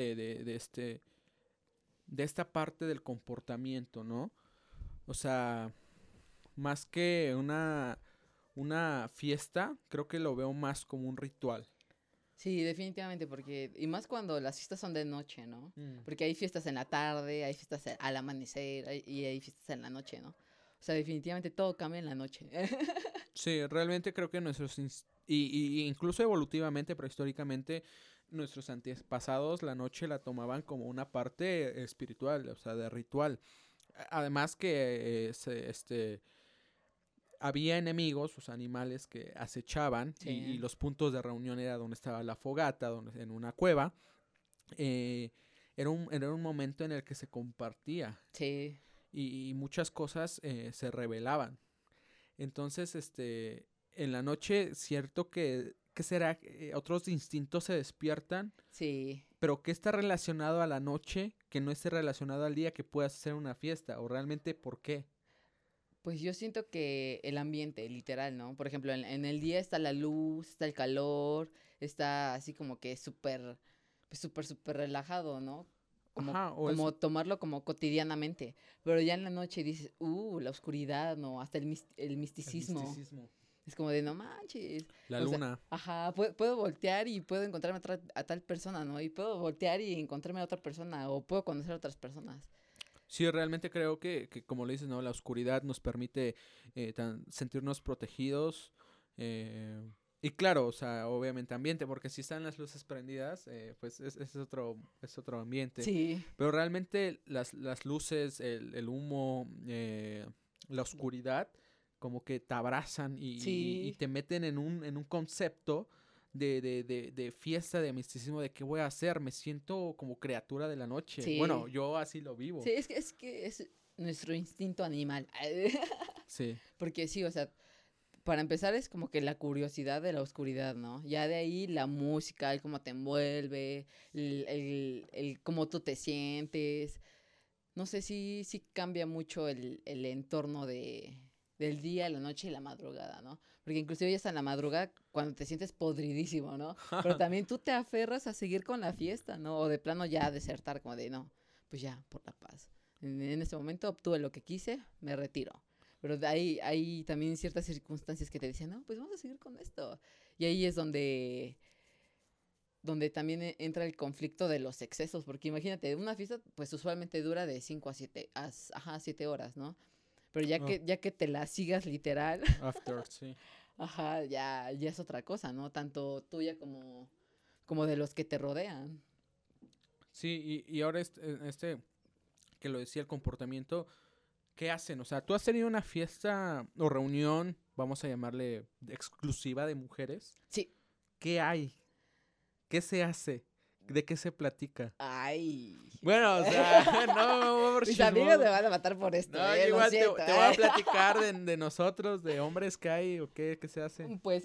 Speaker 1: de esta parte del comportamiento, ¿no? O sea, más que una fiesta, creo que lo veo más como un ritual.
Speaker 2: Sí, definitivamente, porque, y más cuando las fiestas son de noche, ¿no?
Speaker 1: Mm.
Speaker 2: Porque hay fiestas en la tarde, hay fiestas al amanecer y hay fiestas en la noche, ¿no? O sea, definitivamente todo cambia en la noche.
Speaker 1: Sí, realmente creo que y incluso evolutivamente, pero históricamente, nuestros antepasados la noche la tomaban como una parte espiritual, o sea, de ritual. Además que había enemigos, o sea, animales que acechaban y los puntos de reunión era donde estaba la fogata, en una cueva. Era un momento en el que se compartía.
Speaker 2: Sí.
Speaker 1: Y muchas cosas se revelaban. Entonces, en la noche, cierto que, ¿qué será? Otros instintos se despiertan.
Speaker 2: Sí.
Speaker 1: Pero ¿qué está relacionado a la noche que no esté relacionado al día que puedas hacer una fiesta? ¿O realmente por qué?
Speaker 2: Pues yo siento que el ambiente, literal, ¿no? Por ejemplo, en el día está la luz, está el calor, está así como que súper, pues súper relajado, ¿no? Como,
Speaker 1: Ajá,
Speaker 2: como tomarlo como cotidianamente. Pero ya en la noche dices, la oscuridad, ¿no? Hasta el misticismo.
Speaker 1: El misticismo.
Speaker 2: Es como de, no manches.
Speaker 1: La
Speaker 2: O sea,
Speaker 1: luna.
Speaker 2: ajá, puedo voltear y puedo encontrarme a tal persona, ¿no? Y puedo voltear y encontrarme a otra persona, o puedo conocer a otras personas.
Speaker 1: Sí, realmente creo que como le dices, ¿no? La oscuridad nos permite sentirnos protegidos. Y claro, o sea, obviamente ambiente, porque si están las luces prendidas, pues es otro ambiente.
Speaker 2: Sí.
Speaker 1: Pero realmente las luces, el humo, la oscuridad, como que te abrazan y te meten en un concepto de fiesta, de misticismo, de qué voy a hacer. Me siento como criatura de la noche.
Speaker 2: Sí.
Speaker 1: Bueno, yo así lo vivo.
Speaker 2: Sí, es que es nuestro instinto animal.
Speaker 1: Sí.
Speaker 2: Porque sí, o sea, para empezar es como que la curiosidad de la oscuridad, ¿no? Ya de ahí la música, el cómo te envuelve, el cómo tú te sientes. No sé si cambia mucho el entorno del día, la noche y la madrugada, ¿no? Porque inclusive ya está en la madrugada cuando te sientes podridísimo, ¿no? Pero también tú te aferras a seguir con la fiesta, ¿no? O de plano ya desertar, como de, no, pues ya, por la paz. En este momento obtuve lo que quise, me retiro. Pero hay también ciertas circunstancias que te dicen, no, pues vamos a seguir con esto. Y ahí es donde también entra el conflicto de los excesos, porque imagínate, una fiesta pues usualmente dura de 5 a 7, 7 horas, ¿no? Pero ya que te la sigas literal,
Speaker 1: After, sí.
Speaker 2: ajá, ya es otra cosa, ¿no? Tanto tuya como de los que te rodean.
Speaker 1: Sí, y ahora que lo decía el comportamiento, ¿qué hacen? O sea, ¿tú has tenido una fiesta o reunión, vamos a llamarle exclusiva de mujeres?
Speaker 2: Sí.
Speaker 1: ¿Qué hay? ¿Qué se hace? ¿De qué se platica?
Speaker 2: Ay.
Speaker 1: Bueno, o sea, no,
Speaker 2: mis amigos me van a matar por esto.
Speaker 1: No, igual te voy a platicar de nosotros, de hombres que hay o qué se hace.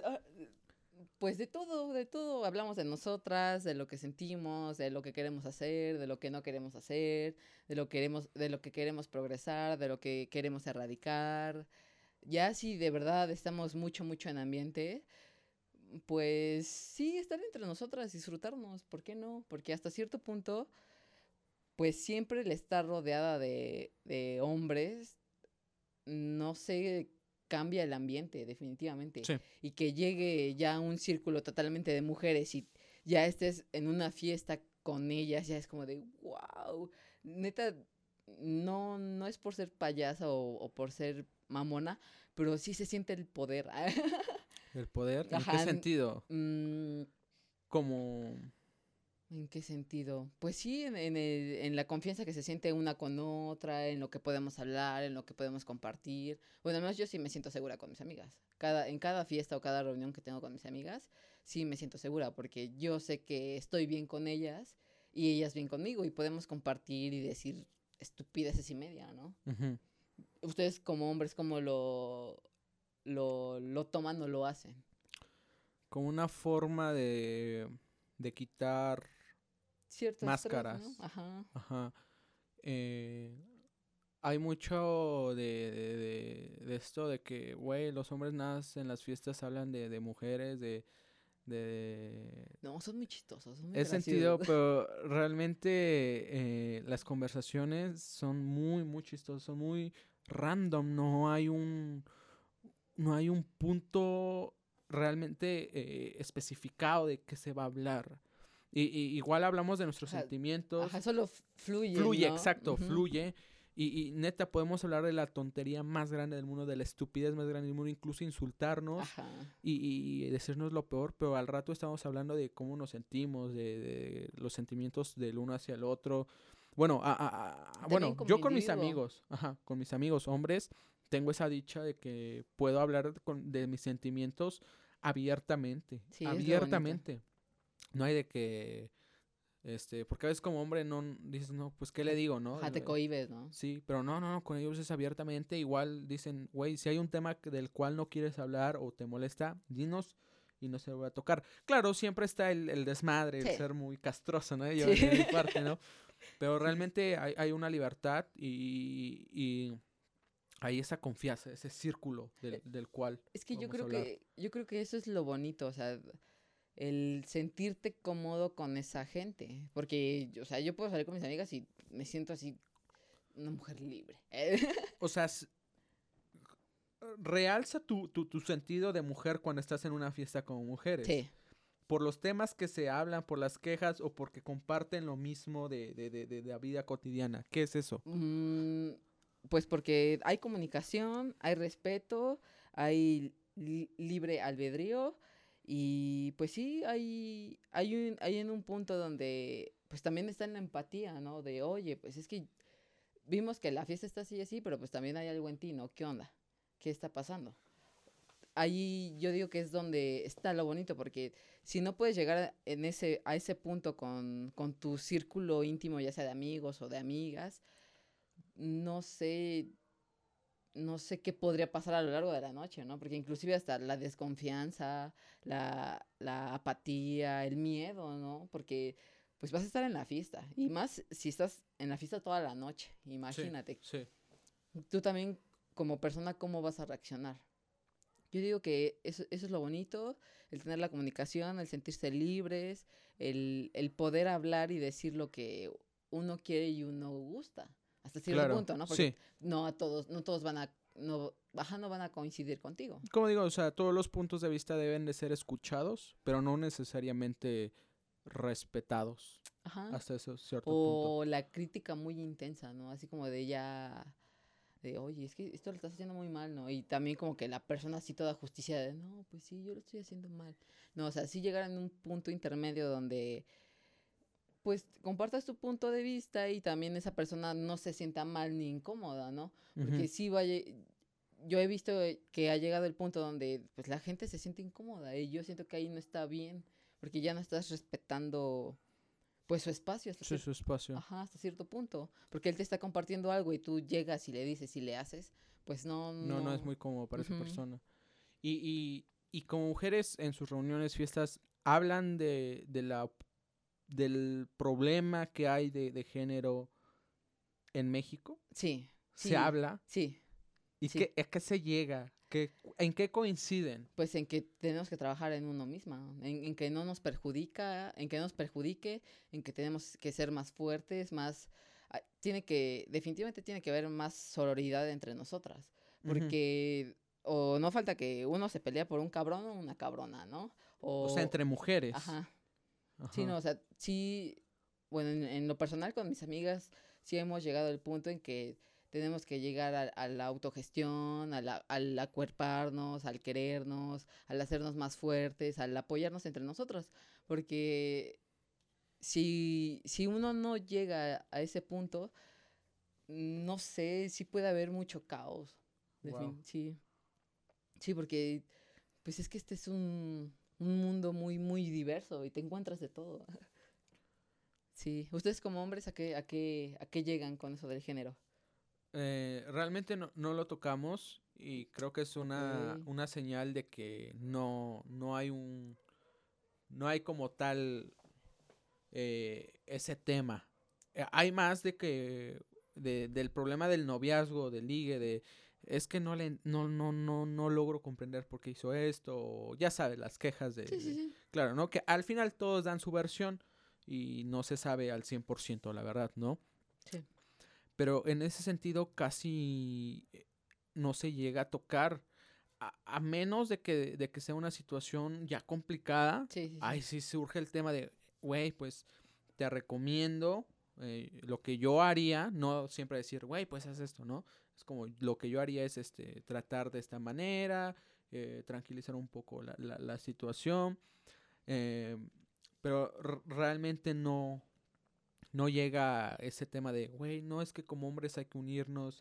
Speaker 2: Pues de todo. Hablamos de nosotras, de lo que sentimos, de lo que queremos hacer, de lo que no queremos hacer, de lo que queremos progresar, de lo que queremos erradicar. Ya si de verdad estamos mucho en ambiente, pues sí, estar entre nosotras, disfrutarnos, ¿por qué no? Porque hasta cierto punto, pues siempre el estar rodeada de hombres, no sé, cambia el ambiente, definitivamente.
Speaker 1: Sí.
Speaker 2: Y que llegue ya un círculo totalmente de mujeres y ya estés en una fiesta con ellas, ya es como de, wow, neta, no es por ser payasa o por ser mamona, pero sí se siente el poder.
Speaker 1: ¿El poder? ¿En
Speaker 2: Ajá,
Speaker 1: qué sentido?
Speaker 2: Como... ¿En qué sentido? Pues sí, en la confianza que se siente una con otra, en lo que podemos hablar, en lo que podemos compartir. Bueno, además yo sí me siento segura con mis amigas. En cada fiesta o cada reunión que tengo con mis amigas, sí me siento segura porque yo sé que estoy bien con ellas y ellas bien conmigo y podemos compartir y decir estupideces y media, ¿no?
Speaker 1: Uh-huh.
Speaker 2: Ustedes como hombres, ¿cómo lo toman o lo hacen?
Speaker 1: Como una forma de quitar
Speaker 2: ciertas
Speaker 1: máscaras.
Speaker 2: Estrés, ¿no?
Speaker 1: Ajá. Hay mucho de esto de que, güey, los hombres nada más en las fiestas hablan de mujeres,
Speaker 2: No, son muy chistosos, son muy
Speaker 1: Es sentido, pero realmente las conversaciones son muy chistosas, son muy random, no hay un punto realmente especificado de qué se va a hablar. Y igual hablamos de nuestros sentimientos.
Speaker 2: Ajá, solo fluye,
Speaker 1: Fluye,
Speaker 2: ¿no?
Speaker 1: exacto,
Speaker 2: Uh-huh.
Speaker 1: fluye. Y neta, podemos hablar de la tontería más grande del mundo, de la estupidez más grande del mundo, incluso insultarnos
Speaker 2: Ajá.
Speaker 1: y decirnos lo peor, pero al rato estamos hablando de cómo nos sentimos, de los sentimientos del uno hacia el otro. Bueno,
Speaker 2: También
Speaker 1: bueno,
Speaker 2: como
Speaker 1: yo con mis
Speaker 2: individuo.
Speaker 1: amigos, con mis amigos hombres, tengo esa dicha de que puedo hablar de mis sentimientos abiertamente,
Speaker 2: Sí, es lo bonito.
Speaker 1: abiertamente. No hay de que, porque a veces como hombre no dices, no, pues, ¿qué le digo, no?
Speaker 2: Ajá, te cohibes, ¿no?
Speaker 1: Sí, pero no, con ellos es abiertamente. Igual dicen, güey, si hay un tema del cual no quieres hablar o te molesta, dinos y no se va a tocar. Claro, siempre está el desmadre, el
Speaker 2: Sí.
Speaker 1: ser muy castroso, ¿no? Yo
Speaker 2: Sí.
Speaker 1: de mi parte, ¿no? Pero
Speaker 2: Sí, sí.
Speaker 1: realmente hay una libertad y hay esa confianza, ese círculo del cual
Speaker 2: Es que
Speaker 1: vamos a hablar.
Speaker 2: yo creo que eso es lo bonito, o sea, el sentirte cómodo con esa gente, porque, o sea, yo puedo salir con mis amigas y me siento así una mujer libre.
Speaker 1: O sea, realza tu sentido de mujer cuando estás en una fiesta con mujeres.
Speaker 2: Sí.
Speaker 1: Por los temas que se hablan, por las quejas o porque comparten lo mismo de la vida cotidiana. ¿Qué es eso?
Speaker 2: Mm, pues porque hay comunicación, hay respeto, hay libre albedrío y pues sí, hay en un punto donde pues también está en la empatía, ¿no? De, oye, pues es que vimos que la fiesta está así y así, pero pues también hay algo en ti, ¿no? ¿Qué onda? ¿Qué está pasando? Ahí yo digo que es donde está lo bonito, porque si no puedes llegar a ese punto con tu círculo íntimo, ya sea de amigos o de amigas, no sé, no sé qué podría pasar a lo largo de la noche, ¿no? Porque inclusive hasta la desconfianza, la apatía, el miedo, ¿no? Porque pues vas a estar en la fiesta, y más si estás en la fiesta toda la noche,
Speaker 1: Sí,
Speaker 2: imagínate.
Speaker 1: sí.
Speaker 2: Tú también como persona, ¿cómo vas a reaccionar? Yo digo que eso es lo bonito, el tener la comunicación, el sentirse libres, el poder hablar y decir lo que uno quiere y uno gusta, hasta cierto
Speaker 1: Claro,
Speaker 2: punto, ¿no? Porque
Speaker 1: sí.
Speaker 2: no todos van a, no, ajá, no van a coincidir contigo.
Speaker 1: Como digo, o sea, todos los puntos de vista deben de ser escuchados, pero no necesariamente respetados
Speaker 2: Ajá.
Speaker 1: hasta ese cierto punto.
Speaker 2: O la crítica muy intensa, ¿no? Así como de ya, de, oye, es que esto lo estás haciendo muy mal, ¿no? Y también como que la persona así toda justicia de, no, pues sí, yo lo estoy haciendo mal. No, o sea, sí llegar en un punto intermedio donde pues compartas tu punto de vista y también esa persona no se sienta mal ni incómoda, ¿no?
Speaker 1: Ujú.
Speaker 2: Porque sí vaya, yo he visto que ha llegado el punto donde pues la gente se siente incómoda y yo siento que ahí no está bien, porque ya no estás respetando pues su espacio
Speaker 1: Sí, su espacio.
Speaker 2: ajá, hasta cierto punto, porque él te está compartiendo algo y tú llegas y le dices y le haces, pues no,
Speaker 1: No es
Speaker 2: no.
Speaker 1: muy cómodo para esa
Speaker 2: Ujú.
Speaker 1: persona. Y como mujeres en sus reuniones, fiestas, hablan del problema que hay de género en México.
Speaker 2: Sí,
Speaker 1: Se
Speaker 2: sí,
Speaker 1: habla.
Speaker 2: sí,
Speaker 1: ¿Y
Speaker 2: sí.
Speaker 1: a qué se llega? ¿En qué coinciden?
Speaker 2: Pues en que tenemos que trabajar en uno misma, en que no nos perjudica, en que no nos perjudique, en que tenemos que ser más fuertes, más definitivamente tiene que haber más sororidad entre nosotras,
Speaker 1: Ujú.
Speaker 2: porque o no falta que uno se pelea por un cabrón o una cabrona, ¿no?
Speaker 1: O sea,
Speaker 2: O
Speaker 1: entre mujeres.
Speaker 2: ajá, sí,
Speaker 1: Ajá.
Speaker 2: no, o sea, sí, bueno, en lo personal con mis amigas sí hemos llegado al punto en que tenemos que llegar a la autogestión, al acuerparnos, al querernos, al hacernos más fuertes, al apoyarnos entre nosotros, porque si uno no llega a ese punto, no sé, sí puede haber mucho caos,
Speaker 1: Wow.
Speaker 2: sí, sí, porque pues es que este es un mundo muy, muy diverso y te encuentras de todo. Sí, ustedes como hombres, a qué llegan con eso del género?
Speaker 1: Realmente no lo tocamos y creo que es
Speaker 2: Ok,
Speaker 1: una señal de que no hay como tal ese tema. Hay más de que del problema del noviazgo, del ligue, es que no logro comprender por qué hizo esto, o ya sabes, las quejas
Speaker 2: sí, sí, sí,
Speaker 1: claro, ¿no? Que al final todos dan su versión y no se sabe al 100% la verdad, ¿no?
Speaker 2: sí,
Speaker 1: Pero en ese sentido casi no se llega a tocar, a menos de que sea una situación ya complicada.
Speaker 2: sí, sí,
Speaker 1: Ahí
Speaker 2: sí.
Speaker 1: sí surge el tema de, güey, pues te recomiendo. Lo que yo haría, no siempre decir, güey, pues haz esto, ¿no? Es como lo que yo haría es tratar de esta manera, tranquilizar un poco la situación, eh, pero realmente no llega ese tema de, güey, no es que como hombres hay que unirnos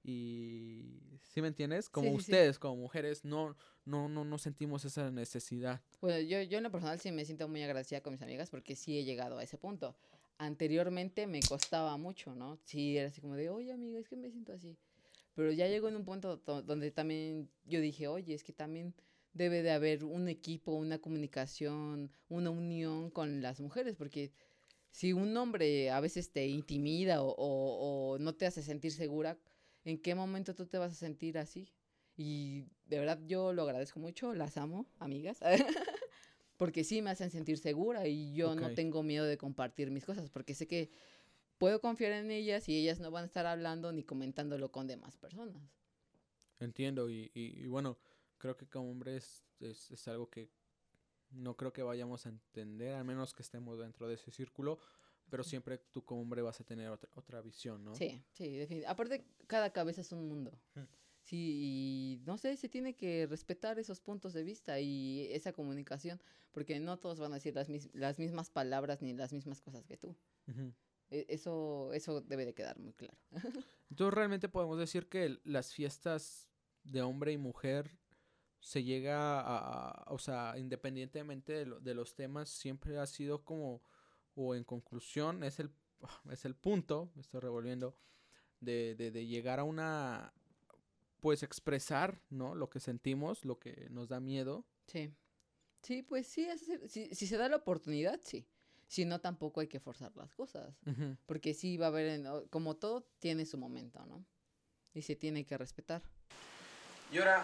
Speaker 1: y, ¿sí me entiendes?
Speaker 2: Sí,
Speaker 1: Como
Speaker 2: sí, sí.
Speaker 1: ustedes, como mujeres, no sentimos esa necesidad.
Speaker 2: Bueno, yo en lo personal sí me siento muy agradecida con mis amigas porque sí he llegado a ese punto. Anteriormente me costaba mucho, ¿no? Sí, era así como de, oye, amiga, es que me siento así. Pero ya llegó en un punto donde también yo dije, oye, es que también debe de haber un equipo, una comunicación, una unión con las mujeres, porque si un hombre a veces te intimida o no te hace sentir segura, ¿en qué momento tú te vas a sentir así? Y de verdad yo lo agradezco mucho, las amo, amigas, porque sí me hacen sentir segura y yo
Speaker 1: Ok,
Speaker 2: no tengo miedo de compartir mis cosas, porque sé que puedo confiar en ellas y ellas no van a estar hablando ni comentándolo con demás personas.
Speaker 1: entiendo. Y bueno, creo que como hombres es algo que no creo que vayamos a entender, al menos que estemos dentro de ese círculo, pero siempre tú como hombre vas a tener otra visión, ¿no?
Speaker 2: Sí, sí, definitivamente. Aparte, cada cabeza es un mundo.
Speaker 1: Mm.
Speaker 2: Sí, y no sé, se tiene que respetar esos puntos de vista y esa comunicación, porque no todos van a decir las mismas palabras ni las mismas cosas que tú.
Speaker 1: Ujú.
Speaker 2: Eso debe de quedar muy claro.
Speaker 1: Entonces realmente podemos decir que las fiestas de hombre y mujer se llega o sea, independientemente de los temas, siempre ha sido como, o en conclusión, es el punto, me estoy revolviendo, de llegar a una, pues expresar, ¿no? Lo que sentimos, lo que nos da miedo.
Speaker 2: Sí, sí, pues sí, si se da la oportunidad, sí. Si no, tampoco hay que forzar las cosas,
Speaker 1: Ujú.
Speaker 2: porque sí va a haber, como todo, tiene su momento, ¿no? Y se tiene que respetar.
Speaker 1: Y ahora,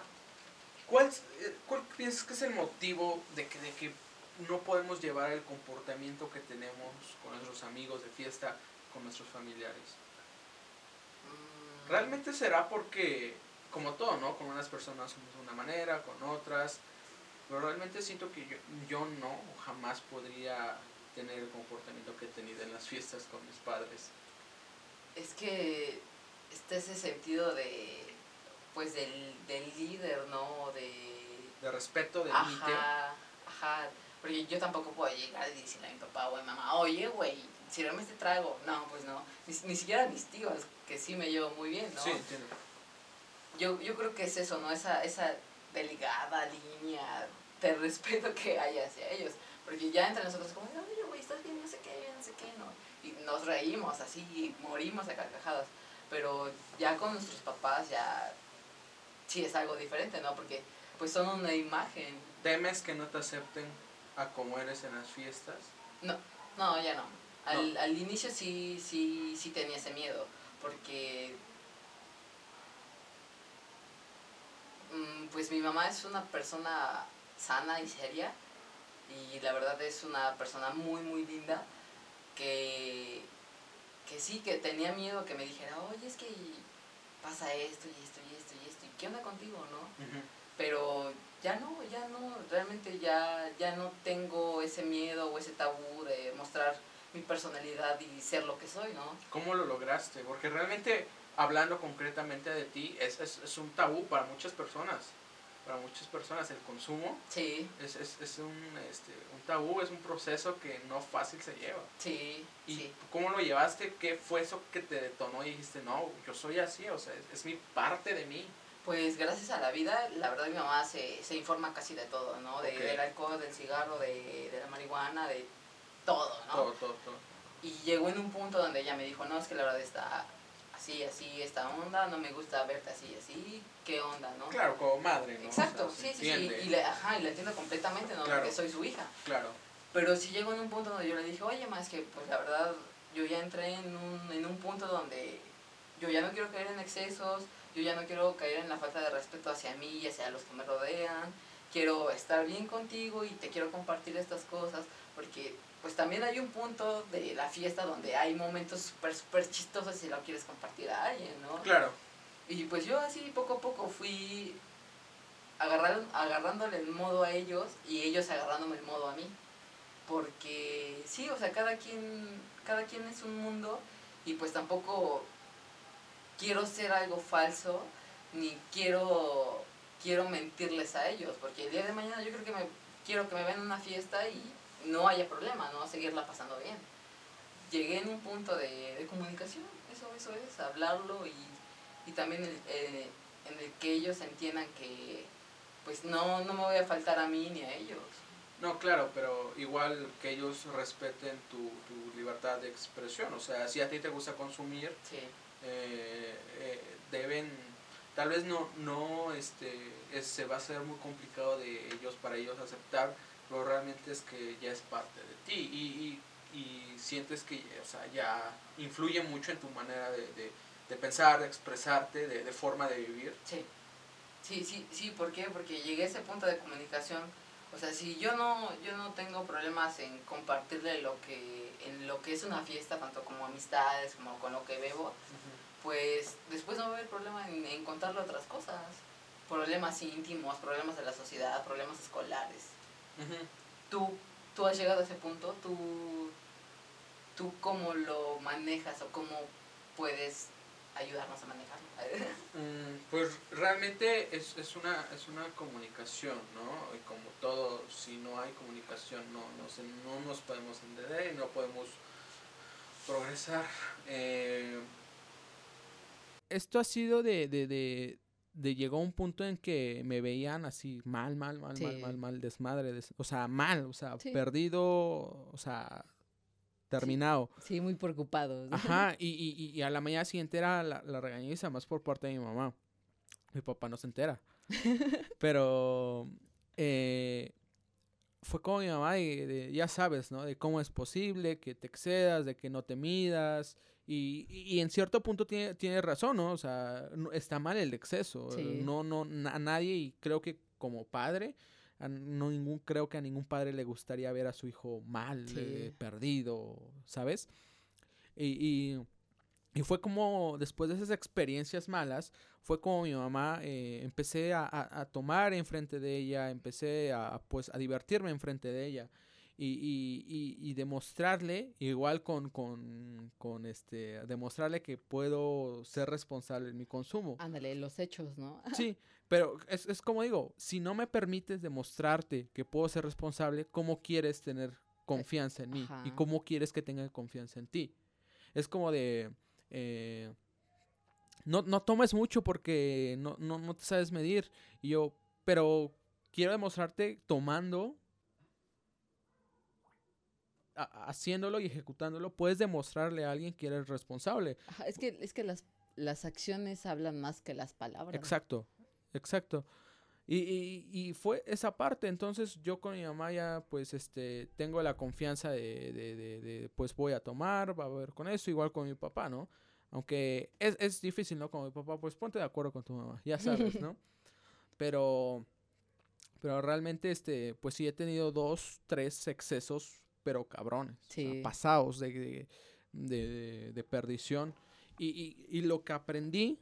Speaker 1: ¿cuál piensas que es el motivo de que no podemos llevar el comportamiento que tenemos con nuestros amigos de fiesta, con nuestros familiares? Realmente será porque, como todo, ¿no? Con unas personas somos de una manera, con otras, pero realmente siento que yo no, jamás podría tener el comportamiento que he tenido en las fiestas con mis padres.
Speaker 2: Es que está ese sentido de, pues, del líder, ¿no?
Speaker 1: De respeto, de límite.
Speaker 2: Ajá, ajá. Porque yo tampoco puedo llegar y decirle a mi papá o a mi mamá, oye, güey, sírveme este trago. No, pues no. Ni siquiera a mis tíos, que sí me llevo muy bien, ¿no?
Speaker 1: Sí, entiendo.
Speaker 2: Yo creo que es eso, ¿no? Esa delgada línea de respeto que hay hacia ellos. Porque ya entre nosotros como, oye, güey, estás bien, no sé qué, no sé qué, ¿no? Y nos reímos así, y morimos a carcajadas. Pero ya con nuestros papás ya sí es algo diferente, ¿no? Porque pues son una imagen.
Speaker 1: ¿Temes que no te acepten a como eres en las fiestas?
Speaker 2: No, no, ya no.
Speaker 1: No.
Speaker 2: Al inicio sí tenía ese miedo, porque pues mi mamá es una persona sana y seria, y la verdad es una persona muy, muy linda, que, que sí, que tenía miedo que me dijera, oye, es que pasa esto y esto y esto y esto, y ¿qué onda contigo, no?
Speaker 1: Ujú.
Speaker 2: Pero ya no, realmente ya no tengo ese miedo o ese tabú de mostrar mi personalidad y ser lo que soy, ¿no?
Speaker 1: ¿Cómo lo lograste? Porque realmente, hablando concretamente de ti, es un tabú para muchas personas. Para muchas personas el consumo
Speaker 2: Sí,
Speaker 1: es un tabú, es un proceso que no fácil se lleva.
Speaker 2: sí,
Speaker 1: ¿Y
Speaker 2: sí.
Speaker 1: cómo lo llevaste? ¿Qué fue eso que te detonó y dijiste, no, yo soy así, o sea, es mi parte de mí?
Speaker 2: Pues gracias a la vida, la verdad mi mamá se informa casi de todo, ¿no?
Speaker 1: Ok.
Speaker 2: Del alcohol, del cigarro, de la marihuana, de todo, ¿no?
Speaker 1: Todo.
Speaker 2: Y llegó en un punto donde ella me dijo, no, es que la verdad está así, así, esta onda, no me gusta verte así, así, ¿qué onda, no?
Speaker 1: Claro, como madre, ¿no?
Speaker 2: Exacto,
Speaker 1: O sea, se
Speaker 2: sí,
Speaker 1: entiende.
Speaker 2: y la entiendo completamente, ¿no?
Speaker 1: Claro.
Speaker 2: Porque soy su hija.
Speaker 1: Claro.
Speaker 2: Pero sí llegó en un punto donde yo le dije, oye, más que, pues la verdad, yo ya entré en un punto donde yo ya no quiero caer en excesos, yo ya no quiero caer en la falta de respeto hacia mí y hacia los que me rodean, quiero estar bien contigo y te quiero compartir estas cosas, porque pues también hay un punto de la fiesta donde hay momentos súper, súper chistosos si lo quieres compartir a alguien, ¿no?
Speaker 1: Claro.
Speaker 2: Y pues yo así poco a poco fui agarrándole el modo a ellos y ellos agarrándome el modo a mí. Porque sí, o sea, cada quien es un mundo y pues tampoco quiero ser algo falso, ni quiero mentirles a ellos, porque el día de mañana yo creo que quiero que me vean en una fiesta y no haya problema, ¿no? Seguirla pasando bien. Llegué en un punto de comunicación, eso es, hablarlo y también en el que ellos entiendan que pues no me voy a faltar a mí ni a ellos.
Speaker 1: No, claro, pero igual que ellos respeten tu libertad de expresión. O sea, si a ti te gusta consumir,
Speaker 2: sí.
Speaker 1: Deben, tal vez se va a ser muy complicado para ellos aceptar, pero realmente es que ya es parte de ti y sientes que, o sea, ya influye mucho en tu manera de pensar, de expresarte, de forma de vivir.
Speaker 2: Sí, ¿por qué? Porque llegué a ese punto de comunicación. O sea, si yo no tengo problemas en compartirle en lo que es una fiesta, tanto como amistades, como con lo que bebo, pues después no va a haber problema en contarle otras cosas. Problemas íntimos, problemas de la sociedad, problemas escolares. ¿Tú has llegado a ese punto? ¿Tú cómo lo manejas o cómo puedes ayudarnos a manejarlo?
Speaker 1: Pues realmente es una comunicación, ¿no? Y como todo, si no hay comunicación no nos podemos entender y no podemos progresar. Esto ha sido llegó a un punto en que me veían así mal, desmadre, o sea, mal, o sea, perdido, o sea, terminado.
Speaker 2: Sí, muy preocupado.
Speaker 1: Ajá, y a la mañana siguiente era la regañiza, más por parte de mi mamá. Mi papá no se entera. Pero fue como mi mamá, ya sabes, ¿no? De cómo es posible que te excedas, de que no te midas. Y en cierto punto tiene razón, ¿no? O sea, está mal el exceso.
Speaker 2: Sí.
Speaker 1: A nadie, y creo que como padre, creo que a ningún padre le gustaría ver a su hijo mal, perdido, ¿sabes? Y fue como, después de esas experiencias malas, fue como mi mamá, empecé a tomar enfrente de ella, empecé a divertirme enfrente de ella. Y demostrarle, igual demostrarle que puedo ser responsable en mi consumo.
Speaker 2: Ándale, los hechos, ¿no?
Speaker 1: Sí, pero es como digo, si no me permites demostrarte que puedo ser responsable, ¿cómo quieres tener confianza en mí?
Speaker 2: Ajá.
Speaker 1: ¿Y cómo quieres que tenga confianza en ti? Es como de... no tomes mucho porque no te sabes medir. Y yo, pero quiero demostrarte tomando, haciéndolo y ejecutándolo, puedes demostrarle a alguien que eres responsable.
Speaker 2: Ajá, es que las acciones hablan más que las palabras.
Speaker 1: Exacto. Y fue esa parte. Entonces yo con mi mamá ya pues tengo la confianza de pues voy a tomar, va a ver con eso, igual con mi papá, ¿no? Aunque es difícil, ¿no? Con mi papá, pues ponte de acuerdo con tu mamá, ya sabes, ¿no? Pero realmente pues sí he tenido 2, 3 excesos, pero cabrones,
Speaker 2: sí.
Speaker 1: O sea, pasados de perdición. Y lo que aprendí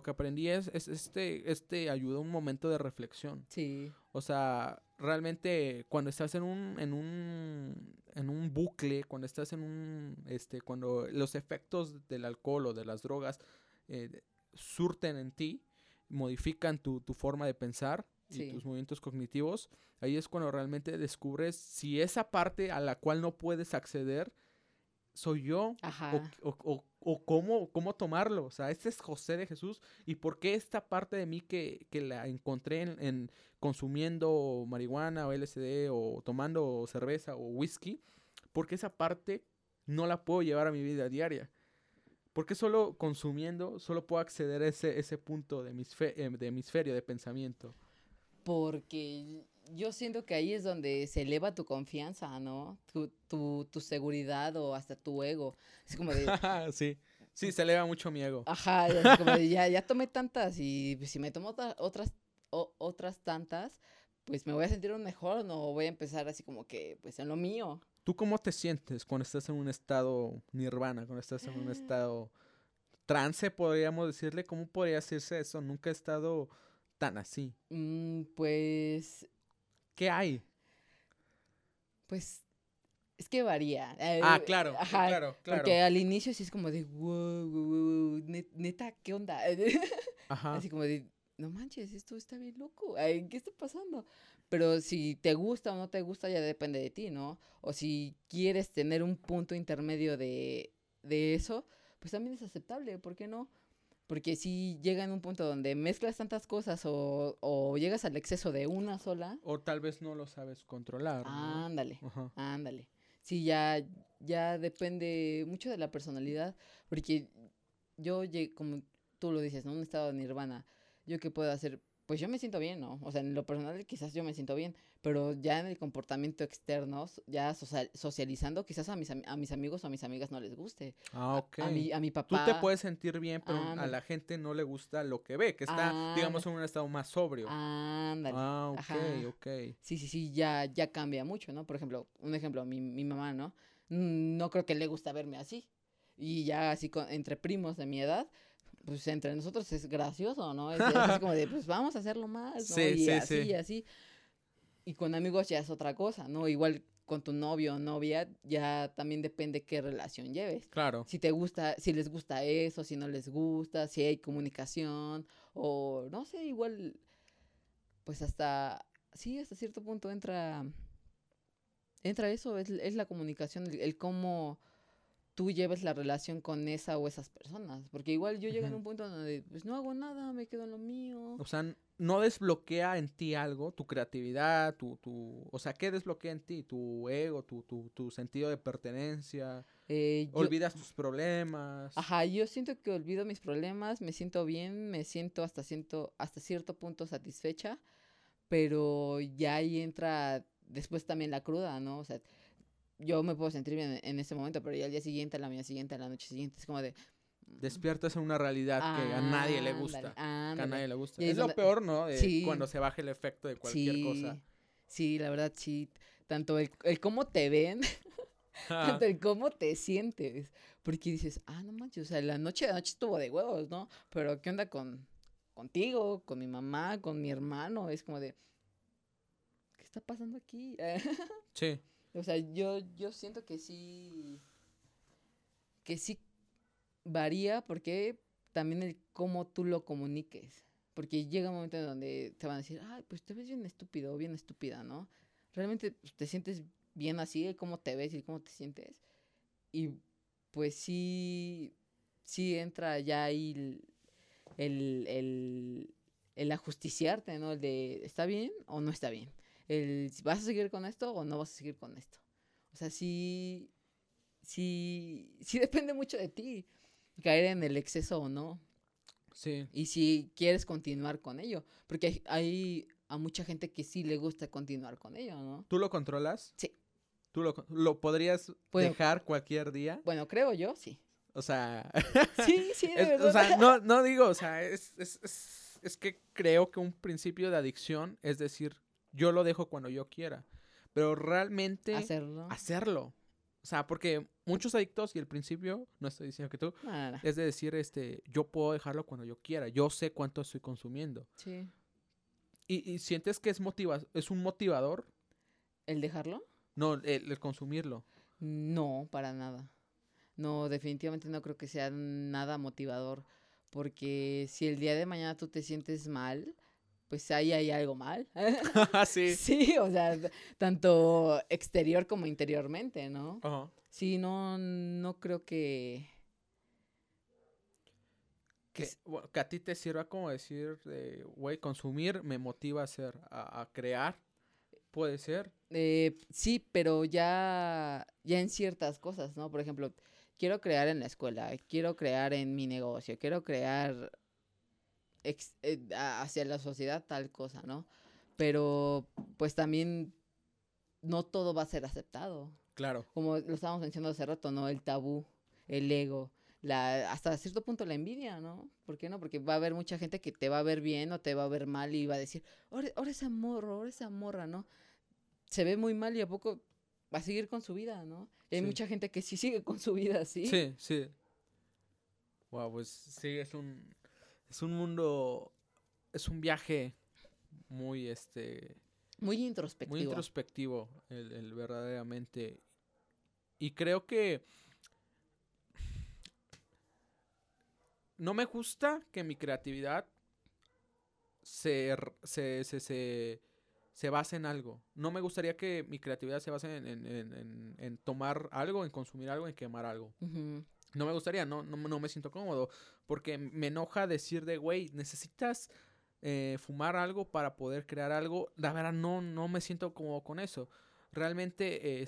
Speaker 1: es ayuda a un momento de reflexión.
Speaker 2: Sí.
Speaker 1: O sea, realmente cuando estás en un bucle, cuando estás cuando los efectos del alcohol o de las drogas surten en ti, modifican tu forma de pensar y tus movimientos cognitivos, ahí es cuando realmente descubres si esa parte a la cual no puedes acceder soy yo.
Speaker 2: Ajá.
Speaker 1: O cómo tomarlo. O sea, este es José de Jesús. ¿Y por qué esta parte de mí que la encontré en consumiendo marihuana o LSD o tomando cerveza o whisky? ¿Por qué esa parte no la puedo llevar a mi vida diaria? ¿Por qué solo consumiendo solo puedo acceder a ese punto de hemisferio de pensamiento?
Speaker 2: Porque yo siento que ahí es donde se eleva tu confianza, ¿no? Tu seguridad o hasta tu ego. Es como de...
Speaker 1: Sí, se eleva mucho mi ego.
Speaker 2: Ajá, es como de ya tomé tantas y si me tomo otras tantas, pues me voy a sentir mejor, no voy a empezar así como que pues en lo mío.
Speaker 1: ¿Tú cómo te sientes cuando estás en un estado nirvana, cuando estás en un estado trance, podríamos decirle? ¿Cómo podría decirse eso? Nunca he estado tan así.
Speaker 2: Pues...
Speaker 1: ¿Qué hay?
Speaker 2: Pues Es que varía.
Speaker 1: Claro,
Speaker 2: Ajá,
Speaker 1: claro.
Speaker 2: porque al inicio sí es como de, wow, neta, ¿qué onda?
Speaker 1: Ajá.
Speaker 2: Así como de, no manches, esto está bien loco, ay, ¿qué está pasando? Pero si te gusta o no te gusta ya depende de ti, ¿no? O si quieres tener un punto intermedio de eso, pues también es aceptable, ¿por qué no? Porque si llega en un punto donde mezclas tantas cosas o llegas al exceso de una sola,
Speaker 1: O tal vez no lo sabes controlar, ¿no?
Speaker 2: ándale,
Speaker 1: Ajá.
Speaker 2: ándale. Sí, ya depende mucho de la personalidad, porque yo, como tú lo dices, ¿no? Un estado de nirvana. ¿Yo qué puedo hacer? Pues yo me siento bien, ¿no? O sea, en lo personal quizás yo me siento bien, pero ya en el comportamiento externo, ya socializando, quizás a mis amigos o a mis amigas no les guste.
Speaker 1: Ok.
Speaker 2: A mi
Speaker 1: Tú te
Speaker 2: papá,
Speaker 1: puedes sentir bien, pero a
Speaker 2: ándale,
Speaker 1: la gente no le gusta lo que ve, que está, digamos,
Speaker 2: ándale,
Speaker 1: en un estado más sobrio.
Speaker 2: ándale,
Speaker 1: Ok,
Speaker 2: ajá.
Speaker 1: ok.
Speaker 2: Sí, ya cambia mucho, ¿no? Por ejemplo, un ejemplo, mi mamá, ¿no? No creo que le gusta verme así. Y ya así entre primos de mi edad, pues entre nosotros es gracioso, ¿no? Es así como de, pues vamos a hacerlo más, ¿no?
Speaker 1: Sí,
Speaker 2: Y
Speaker 1: sí,
Speaker 2: así,
Speaker 1: sí.
Speaker 2: y así. Y con amigos ya es otra cosa, ¿no? Igual con tu novio o novia, ya también depende qué relación lleves.
Speaker 1: Claro.
Speaker 2: Si te gusta, si les gusta eso, si no les gusta, si hay comunicación, o no sé, igual, pues sí, hasta cierto punto entra eso, es la comunicación, el cómo tú lleves la relación con esa o esas personas. Porque igual yo llego en
Speaker 1: Ujú.
Speaker 2: un punto donde pues no hago nada, me quedo en lo mío.
Speaker 1: O sea, no desbloquea en ti algo, tu creatividad, o sea, ¿qué desbloquea en ti? Tu ego, tu sentido de pertenencia,
Speaker 2: Yo,
Speaker 1: olvidas tus problemas.
Speaker 2: ajá, yo siento que olvido mis problemas, me siento bien, me siento hasta cierto punto satisfecha, pero ya ahí entra después también la cruda, ¿no? O sea, yo me puedo sentir bien en ese momento, pero ya al día siguiente, a la mañana siguiente, a la noche siguiente, es como de,
Speaker 1: Despiertas en una realidad que a nadie le
Speaker 2: ándale,
Speaker 1: gusta. Que a nadie
Speaker 2: ándale.
Speaker 1: le gusta.
Speaker 2: Y ahí
Speaker 1: Es
Speaker 2: es
Speaker 1: lo
Speaker 2: donde,
Speaker 1: peor, ¿no? De
Speaker 2: sí,
Speaker 1: cuando se baja el efecto de cualquier cosa.
Speaker 2: sí, sí, la verdad, sí. Tanto el cómo te ven,
Speaker 1: Ah,
Speaker 2: tanto el cómo te sientes. Porque dices, no manches, o sea, la noche estuvo de huevos, ¿no? Pero ¿qué onda contigo, con mi mamá, con mi hermano? Es como de, ¿qué está pasando aquí?
Speaker 1: sí,
Speaker 2: O sea, yo siento que sí varía porque también el cómo tú lo comuniques. Porque llega un momento en donde te van a decir, ay, pues te ves bien estúpido o bien estúpida, ¿no? Realmente pues, te sientes bien así, el cómo te ves y el cómo te sientes. Y pues sí entra ya ahí el, el, el ajusticiarte, ¿no? El de, ¿está bien o no está bien? El, ¿vas a seguir con esto o no vas a seguir con esto? O sea, sí depende mucho de ti caer en el exceso o no.
Speaker 1: sí.
Speaker 2: Y si quieres continuar con ello. Porque hay a mucha gente que sí le gusta continuar con ello, ¿no?
Speaker 1: ¿Tú lo controlas?
Speaker 2: Sí.
Speaker 1: ¿Tú lo podrías
Speaker 2: Bueno,
Speaker 1: dejar cualquier día?
Speaker 2: bueno, creo yo, sí.
Speaker 1: O sea,
Speaker 2: Sí, de
Speaker 1: o
Speaker 2: verdad.
Speaker 1: sea, no digo, o sea, es que creo que un principio de adicción es decir, yo lo dejo cuando yo quiera, pero realmente
Speaker 2: Hacerlo.
Speaker 1: hacerlo. O sea, porque muchos adictos y el principio, no estoy diciendo que tú,
Speaker 2: Nada.
Speaker 1: es de decir, yo puedo dejarlo cuando yo quiera, yo sé cuánto estoy consumiendo.
Speaker 2: Sí.
Speaker 1: Y sientes que es un motivador,
Speaker 2: ¿El dejarlo?
Speaker 1: no, el consumirlo.
Speaker 2: No, para nada. No, definitivamente no creo que sea nada motivador. Porque si el día de mañana tú te sientes mal, pues ahí hay algo mal.
Speaker 1: Sí.
Speaker 2: Sí, o sea, tanto exterior como interiormente, ¿no?
Speaker 1: Ajá.
Speaker 2: Sí, no creo que
Speaker 1: Bueno, que a ti te sirva como decir, güey, consumir me motiva a hacer, a crear, puede ser.
Speaker 2: sí, pero ya en ciertas cosas, ¿no? Por ejemplo, quiero crear en la escuela, quiero crear en mi negocio, quiero crear hacia la sociedad tal cosa, ¿no? Pero pues también no todo va a ser aceptado.
Speaker 1: Claro.
Speaker 2: Como lo estábamos mencionando hace rato, ¿no? El tabú, el ego, hasta cierto punto la envidia, ¿no? ¿Por qué no? Porque va a haber mucha gente que te va a ver bien o te va a ver mal y va a decir, ahora ese morro, ahora esa morra, ¿no? Se ve muy mal y a poco va a seguir con su vida, ¿no? Y hay
Speaker 1: Sí.
Speaker 2: mucha gente que sí sigue con su vida así.
Speaker 1: Sí, sí. Wow, pues sí, es un mundo, es un viaje muy,
Speaker 2: Muy
Speaker 1: muy
Speaker 2: introspectivo.
Speaker 1: introspectivo, el verdaderamente. Y creo que no me gusta que mi creatividad se, r- se base en algo. No me gustaría que mi creatividad se base en tomar algo, en consumir algo, en quemar algo.
Speaker 2: Ujú.
Speaker 1: No me gustaría, no me siento cómodo. Porque me enoja decir de, güey, necesitas fumar algo para poder crear algo. La verdad, no me siento cómodo con eso. Realmente,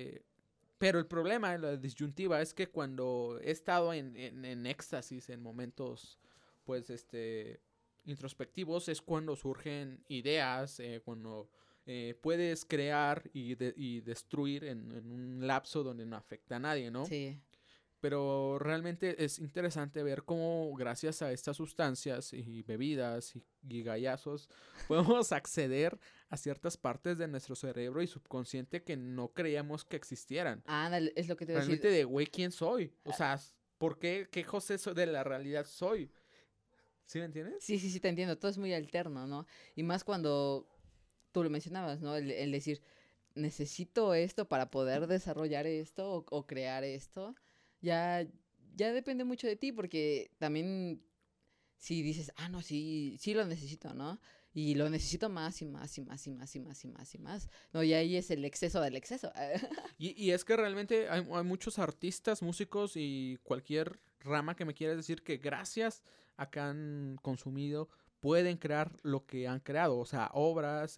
Speaker 1: pero el problema, la disyuntiva, es que cuando he estado en éxtasis, en momentos, pues, introspectivos, es cuando surgen ideas, cuando puedes crear y destruir en un lapso donde no afecta a nadie, ¿no?
Speaker 2: Sí.
Speaker 1: Pero realmente es interesante ver cómo gracias a estas sustancias y bebidas y gallazos podemos acceder a ciertas partes de nuestro cerebro y subconsciente que no creíamos que existieran.
Speaker 2: Ándale, es lo que te iba a
Speaker 1: Realmente
Speaker 2: decir.
Speaker 1: de, güey, ¿quién soy? O sea, ¿por qué? ¿Qué José de la realidad soy? ¿Sí me entiendes?
Speaker 2: Sí, sí, sí, te entiendo. Todo es muy alterno, ¿no? Y más cuando tú lo mencionabas, ¿no? El decir, necesito esto para poder desarrollar esto o crear esto. Ya, ya depende mucho de ti, porque también si dices, ah, no, sí, sí lo necesito, ¿no? Y lo necesito más y más y más y más y más y más y más. No, y ahí es el exceso del exceso.
Speaker 1: Y es que realmente hay muchos artistas, músicos y cualquier rama que me quieras decir que gracias a que han consumido pueden crear lo que han creado. O sea, obras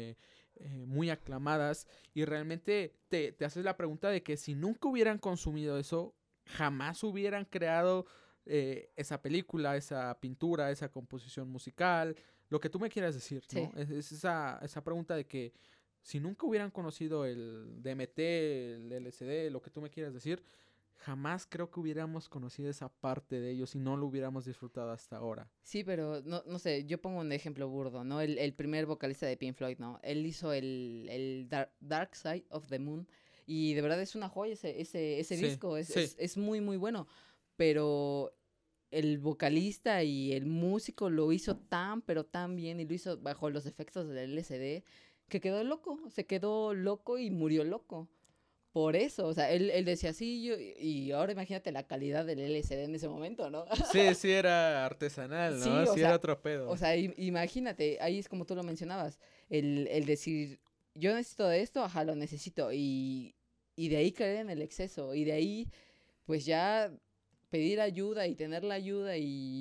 Speaker 1: muy aclamadas. Y realmente te haces la pregunta de que si nunca hubieran consumido eso, jamás hubieran creado esa película, esa pintura, esa composición musical, lo que tú me quieras decir, ¿no?
Speaker 2: Sí.
Speaker 1: Es esa pregunta de que si nunca hubieran conocido el DMT, el LSD, lo que tú me quieras decir, jamás creo que hubiéramos conocido esa parte de ellos y no lo hubiéramos disfrutado hasta ahora.
Speaker 2: Sí, pero no, no sé, yo pongo un ejemplo burdo, ¿no? El primer vocalista de Pink Floyd, ¿no? Él hizo el Dark Side of the Moon y de verdad es una joya ese
Speaker 1: Sí,
Speaker 2: disco,
Speaker 1: sí,
Speaker 2: es muy, muy bueno, pero el vocalista y el músico lo hizo tan, pero tan bien y lo hizo bajo los efectos del LSD que quedó loco, se quedó loco y murió loco. Por eso, o sea, él decía así, y ahora imagínate la calidad del LSD en ese momento, ¿no?
Speaker 1: sí, sí era artesanal, ¿no?
Speaker 2: Sí,
Speaker 1: Sí era otro
Speaker 2: o
Speaker 1: pedo.
Speaker 2: sea, imagínate, ahí es como tú lo mencionabas, el decir, yo necesito de esto, ajá, lo necesito, y de ahí caer en el exceso, y de ahí, pues ya pedir ayuda y tener la ayuda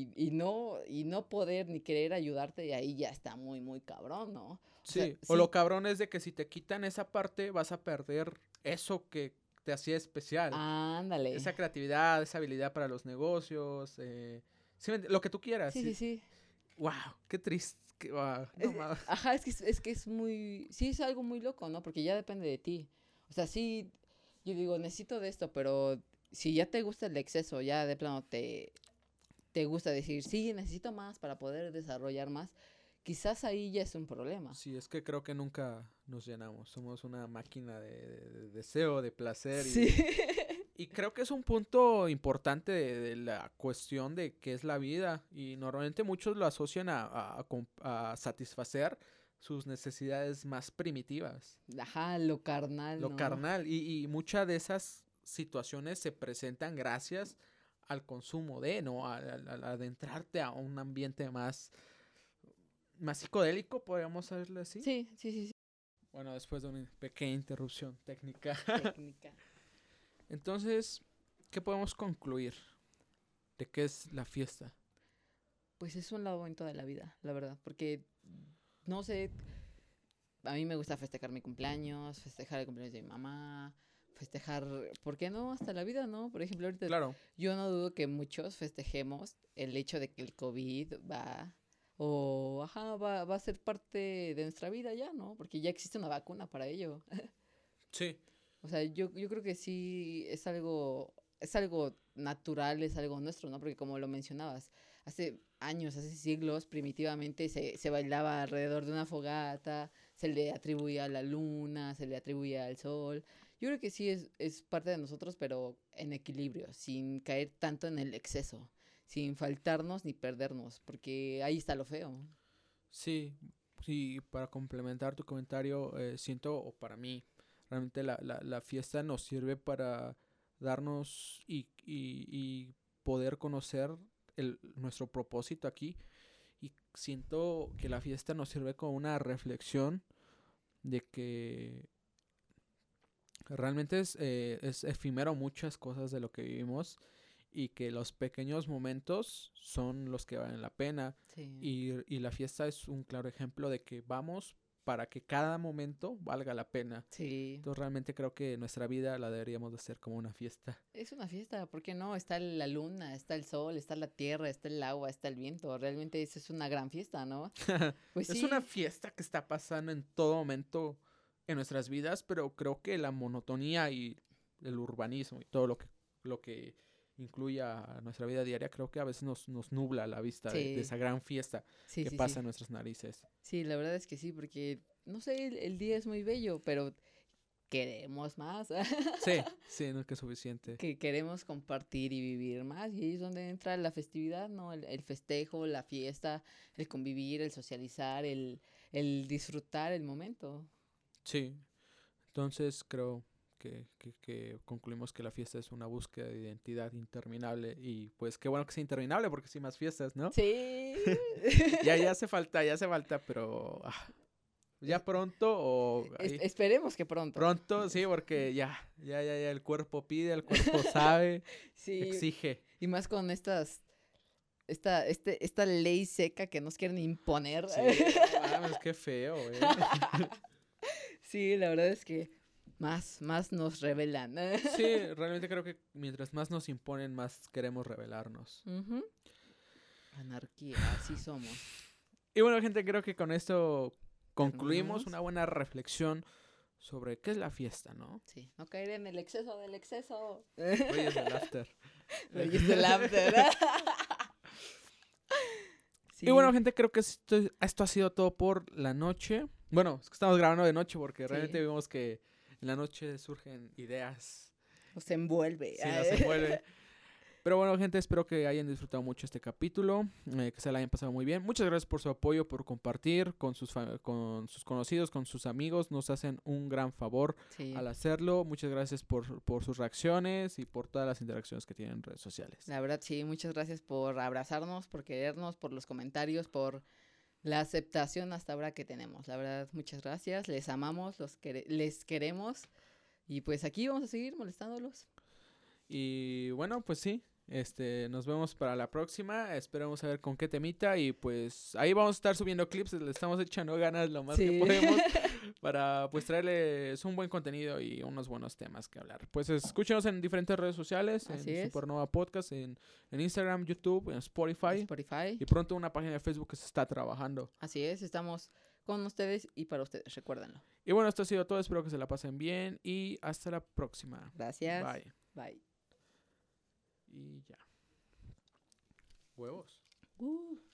Speaker 2: y no poder ni querer ayudarte, y ahí ya está muy, muy cabrón, ¿no? O sea,
Speaker 1: Sí, o lo
Speaker 2: sí,
Speaker 1: cabrón es de que si te quitan esa parte vas a perder eso que te hacía especial.
Speaker 2: ándale.
Speaker 1: Esa creatividad, esa habilidad para los negocios, sí, lo que tú quieras.
Speaker 2: Sí, sí,
Speaker 1: Sí.
Speaker 2: sí.
Speaker 1: Wow, qué triste. Wow, no mames.
Speaker 2: Ajá, es que es muy, sí es algo muy loco, ¿no? Porque ya depende de ti. O sea, sí, yo digo, necesito de esto, pero si ya te gusta el exceso, ya de plano te gusta decir, sí, necesito más para poder desarrollar más, quizás ahí ya es un problema.
Speaker 1: Sí, es que creo que nunca nos llenamos. Somos una máquina de deseo, de placer
Speaker 2: Sí.
Speaker 1: y creo que es un punto importante de la cuestión de qué es la vida. Y normalmente muchos lo asocian a satisfacer sus necesidades más primitivas,
Speaker 2: Ajá, lo carnal,
Speaker 1: lo
Speaker 2: ¿no?
Speaker 1: carnal. Y muchas de esas situaciones se presentan gracias al consumo de, ¿no? Al adentrarte a un ambiente más psicodélico, podríamos decirlo así.
Speaker 2: Sí, sí, sí, sí.
Speaker 1: Bueno, después de una pequeña interrupción técnica.
Speaker 2: Técnica.
Speaker 1: Entonces, ¿qué podemos concluir de qué es la fiesta?
Speaker 2: Pues es un lado bonito de la vida, la verdad, porque, no sé, a mí me gusta festejar mi cumpleaños, festejar el cumpleaños de mi mamá, festejar, ¿por qué no? Hasta la vida, ¿no? Por ejemplo, ahorita
Speaker 1: Claro,
Speaker 2: yo no dudo que muchos festejemos el hecho de que el COVID va, o, ajá, va a ser parte de nuestra vida ya, ¿no? Porque ya existe una vacuna para ello.
Speaker 1: sí,
Speaker 2: O sea, yo creo que sí es algo natural, es algo nuestro, ¿no? Porque como lo mencionabas, hace años, hace siglos, primitivamente se bailaba alrededor de una fogata, se le atribuía a la luna, se le atribuía al sol. Yo creo que sí es parte de nosotros, pero en equilibrio, sin caer tanto en el exceso, sin faltarnos ni perdernos, porque ahí está lo feo.
Speaker 1: sí, sí, para complementar tu comentario, siento, o para mí, Realmente la fiesta nos sirve para darnos y poder conocer nuestro propósito aquí. Y siento que la fiesta nos sirve como una reflexión de que realmente es efímero muchas cosas de lo que vivimos y que los pequeños momentos son los que valen la pena.
Speaker 2: Sí.
Speaker 1: Y la fiesta es un claro ejemplo de que vamos para que cada momento valga la pena.
Speaker 2: Sí.
Speaker 1: Entonces realmente creo que nuestra vida la deberíamos de hacer como una fiesta.
Speaker 2: Es una fiesta, ¿por qué no? Está la luna, está el sol, está la tierra, está el agua, está el viento. Realmente eso es una gran fiesta, ¿no? Pues
Speaker 1: Es
Speaker 2: sí.
Speaker 1: una fiesta que está pasando en todo momento en nuestras vidas, pero creo que la monotonía y el urbanismo y todo lo que incluye a nuestra vida diaria, creo que a veces nos nubla la vista de
Speaker 2: Sí.
Speaker 1: esa gran fiesta
Speaker 2: Sí,
Speaker 1: que
Speaker 2: sí,
Speaker 1: pasa
Speaker 2: sí.
Speaker 1: en nuestras narices.
Speaker 2: Sí, la verdad es que sí, porque, no sé, el día es muy bello, pero queremos más.
Speaker 1: Sí, no es que es suficiente.
Speaker 2: Que queremos compartir y vivir más. Y ahí es donde entra la festividad, ¿no? El festejo, la fiesta, el convivir, el socializar, el disfrutar el momento.
Speaker 1: Sí, entonces creo que concluimos que la fiesta es una búsqueda de identidad interminable y pues qué bueno que sea interminable porque sí más fiestas, ¿no?
Speaker 2: Sí.
Speaker 1: Ya hace falta, pero ya pronto o ahí.
Speaker 2: Esperemos que pronto.
Speaker 1: Pronto, sí, porque ya el cuerpo pide, el cuerpo sabe,
Speaker 2: Sí.
Speaker 1: exige.
Speaker 2: Y más con esta ley seca que nos quieren imponer.
Speaker 1: Sí, no mames, qué feo,
Speaker 2: Sí, la verdad es que más nos revelan.
Speaker 1: Sí, realmente creo que mientras más nos imponen, más queremos rebelarnos.
Speaker 2: Ujú. Anarquía, así somos.
Speaker 1: Y bueno, gente, creo que con esto concluimos
Speaker 2: ¿Terminamos?
Speaker 1: una buena reflexión sobre qué es la fiesta, ¿no?
Speaker 2: Sí, no caer en el exceso del exceso.
Speaker 1: Reyes del after.
Speaker 2: Reyes del after. Sí.
Speaker 1: Y bueno, gente, creo que esto ha sido todo por la noche. Bueno, es que estamos grabando de noche porque realmente
Speaker 2: Sí.
Speaker 1: vemos que en la noche surgen ideas.
Speaker 2: Nos envuelve.
Speaker 1: Sí, nos envuelve. Pero bueno, gente, espero que hayan disfrutado mucho este capítulo, que se la hayan pasado muy bien. Muchas gracias por su apoyo, por compartir con sus conocidos, con sus amigos. Nos hacen un gran favor
Speaker 2: Sí.
Speaker 1: al hacerlo. Muchas gracias por sus reacciones y por todas las interacciones que tienen en redes sociales.
Speaker 2: La verdad, sí, muchas gracias por abrazarnos, por querernos, por los comentarios, por la aceptación hasta ahora que tenemos. La verdad, muchas gracias. Les amamos, les queremos. Y pues aquí vamos a seguir molestándolos.
Speaker 1: Y bueno, pues sí. Nos vemos para la próxima. Esperemos a ver con qué temita. Y pues ahí vamos a estar subiendo clips. Le estamos echando ganas lo más que podemos para pues traerles un buen contenido y unos buenos temas que hablar. Pues escúchenos en diferentes redes sociales.
Speaker 2: Así
Speaker 1: en
Speaker 2: es.
Speaker 1: Supernova Podcast, en Instagram, YouTube, en Spotify. Y pronto una página de Facebook que se está trabajando.
Speaker 2: Así es, estamos con ustedes y para ustedes, recuérdenlo.
Speaker 1: Y bueno, esto ha sido todo. Espero que se la pasen bien. Y hasta la próxima.
Speaker 2: Gracias.
Speaker 1: Bye.
Speaker 2: Bye.
Speaker 1: Y ya. Huevos.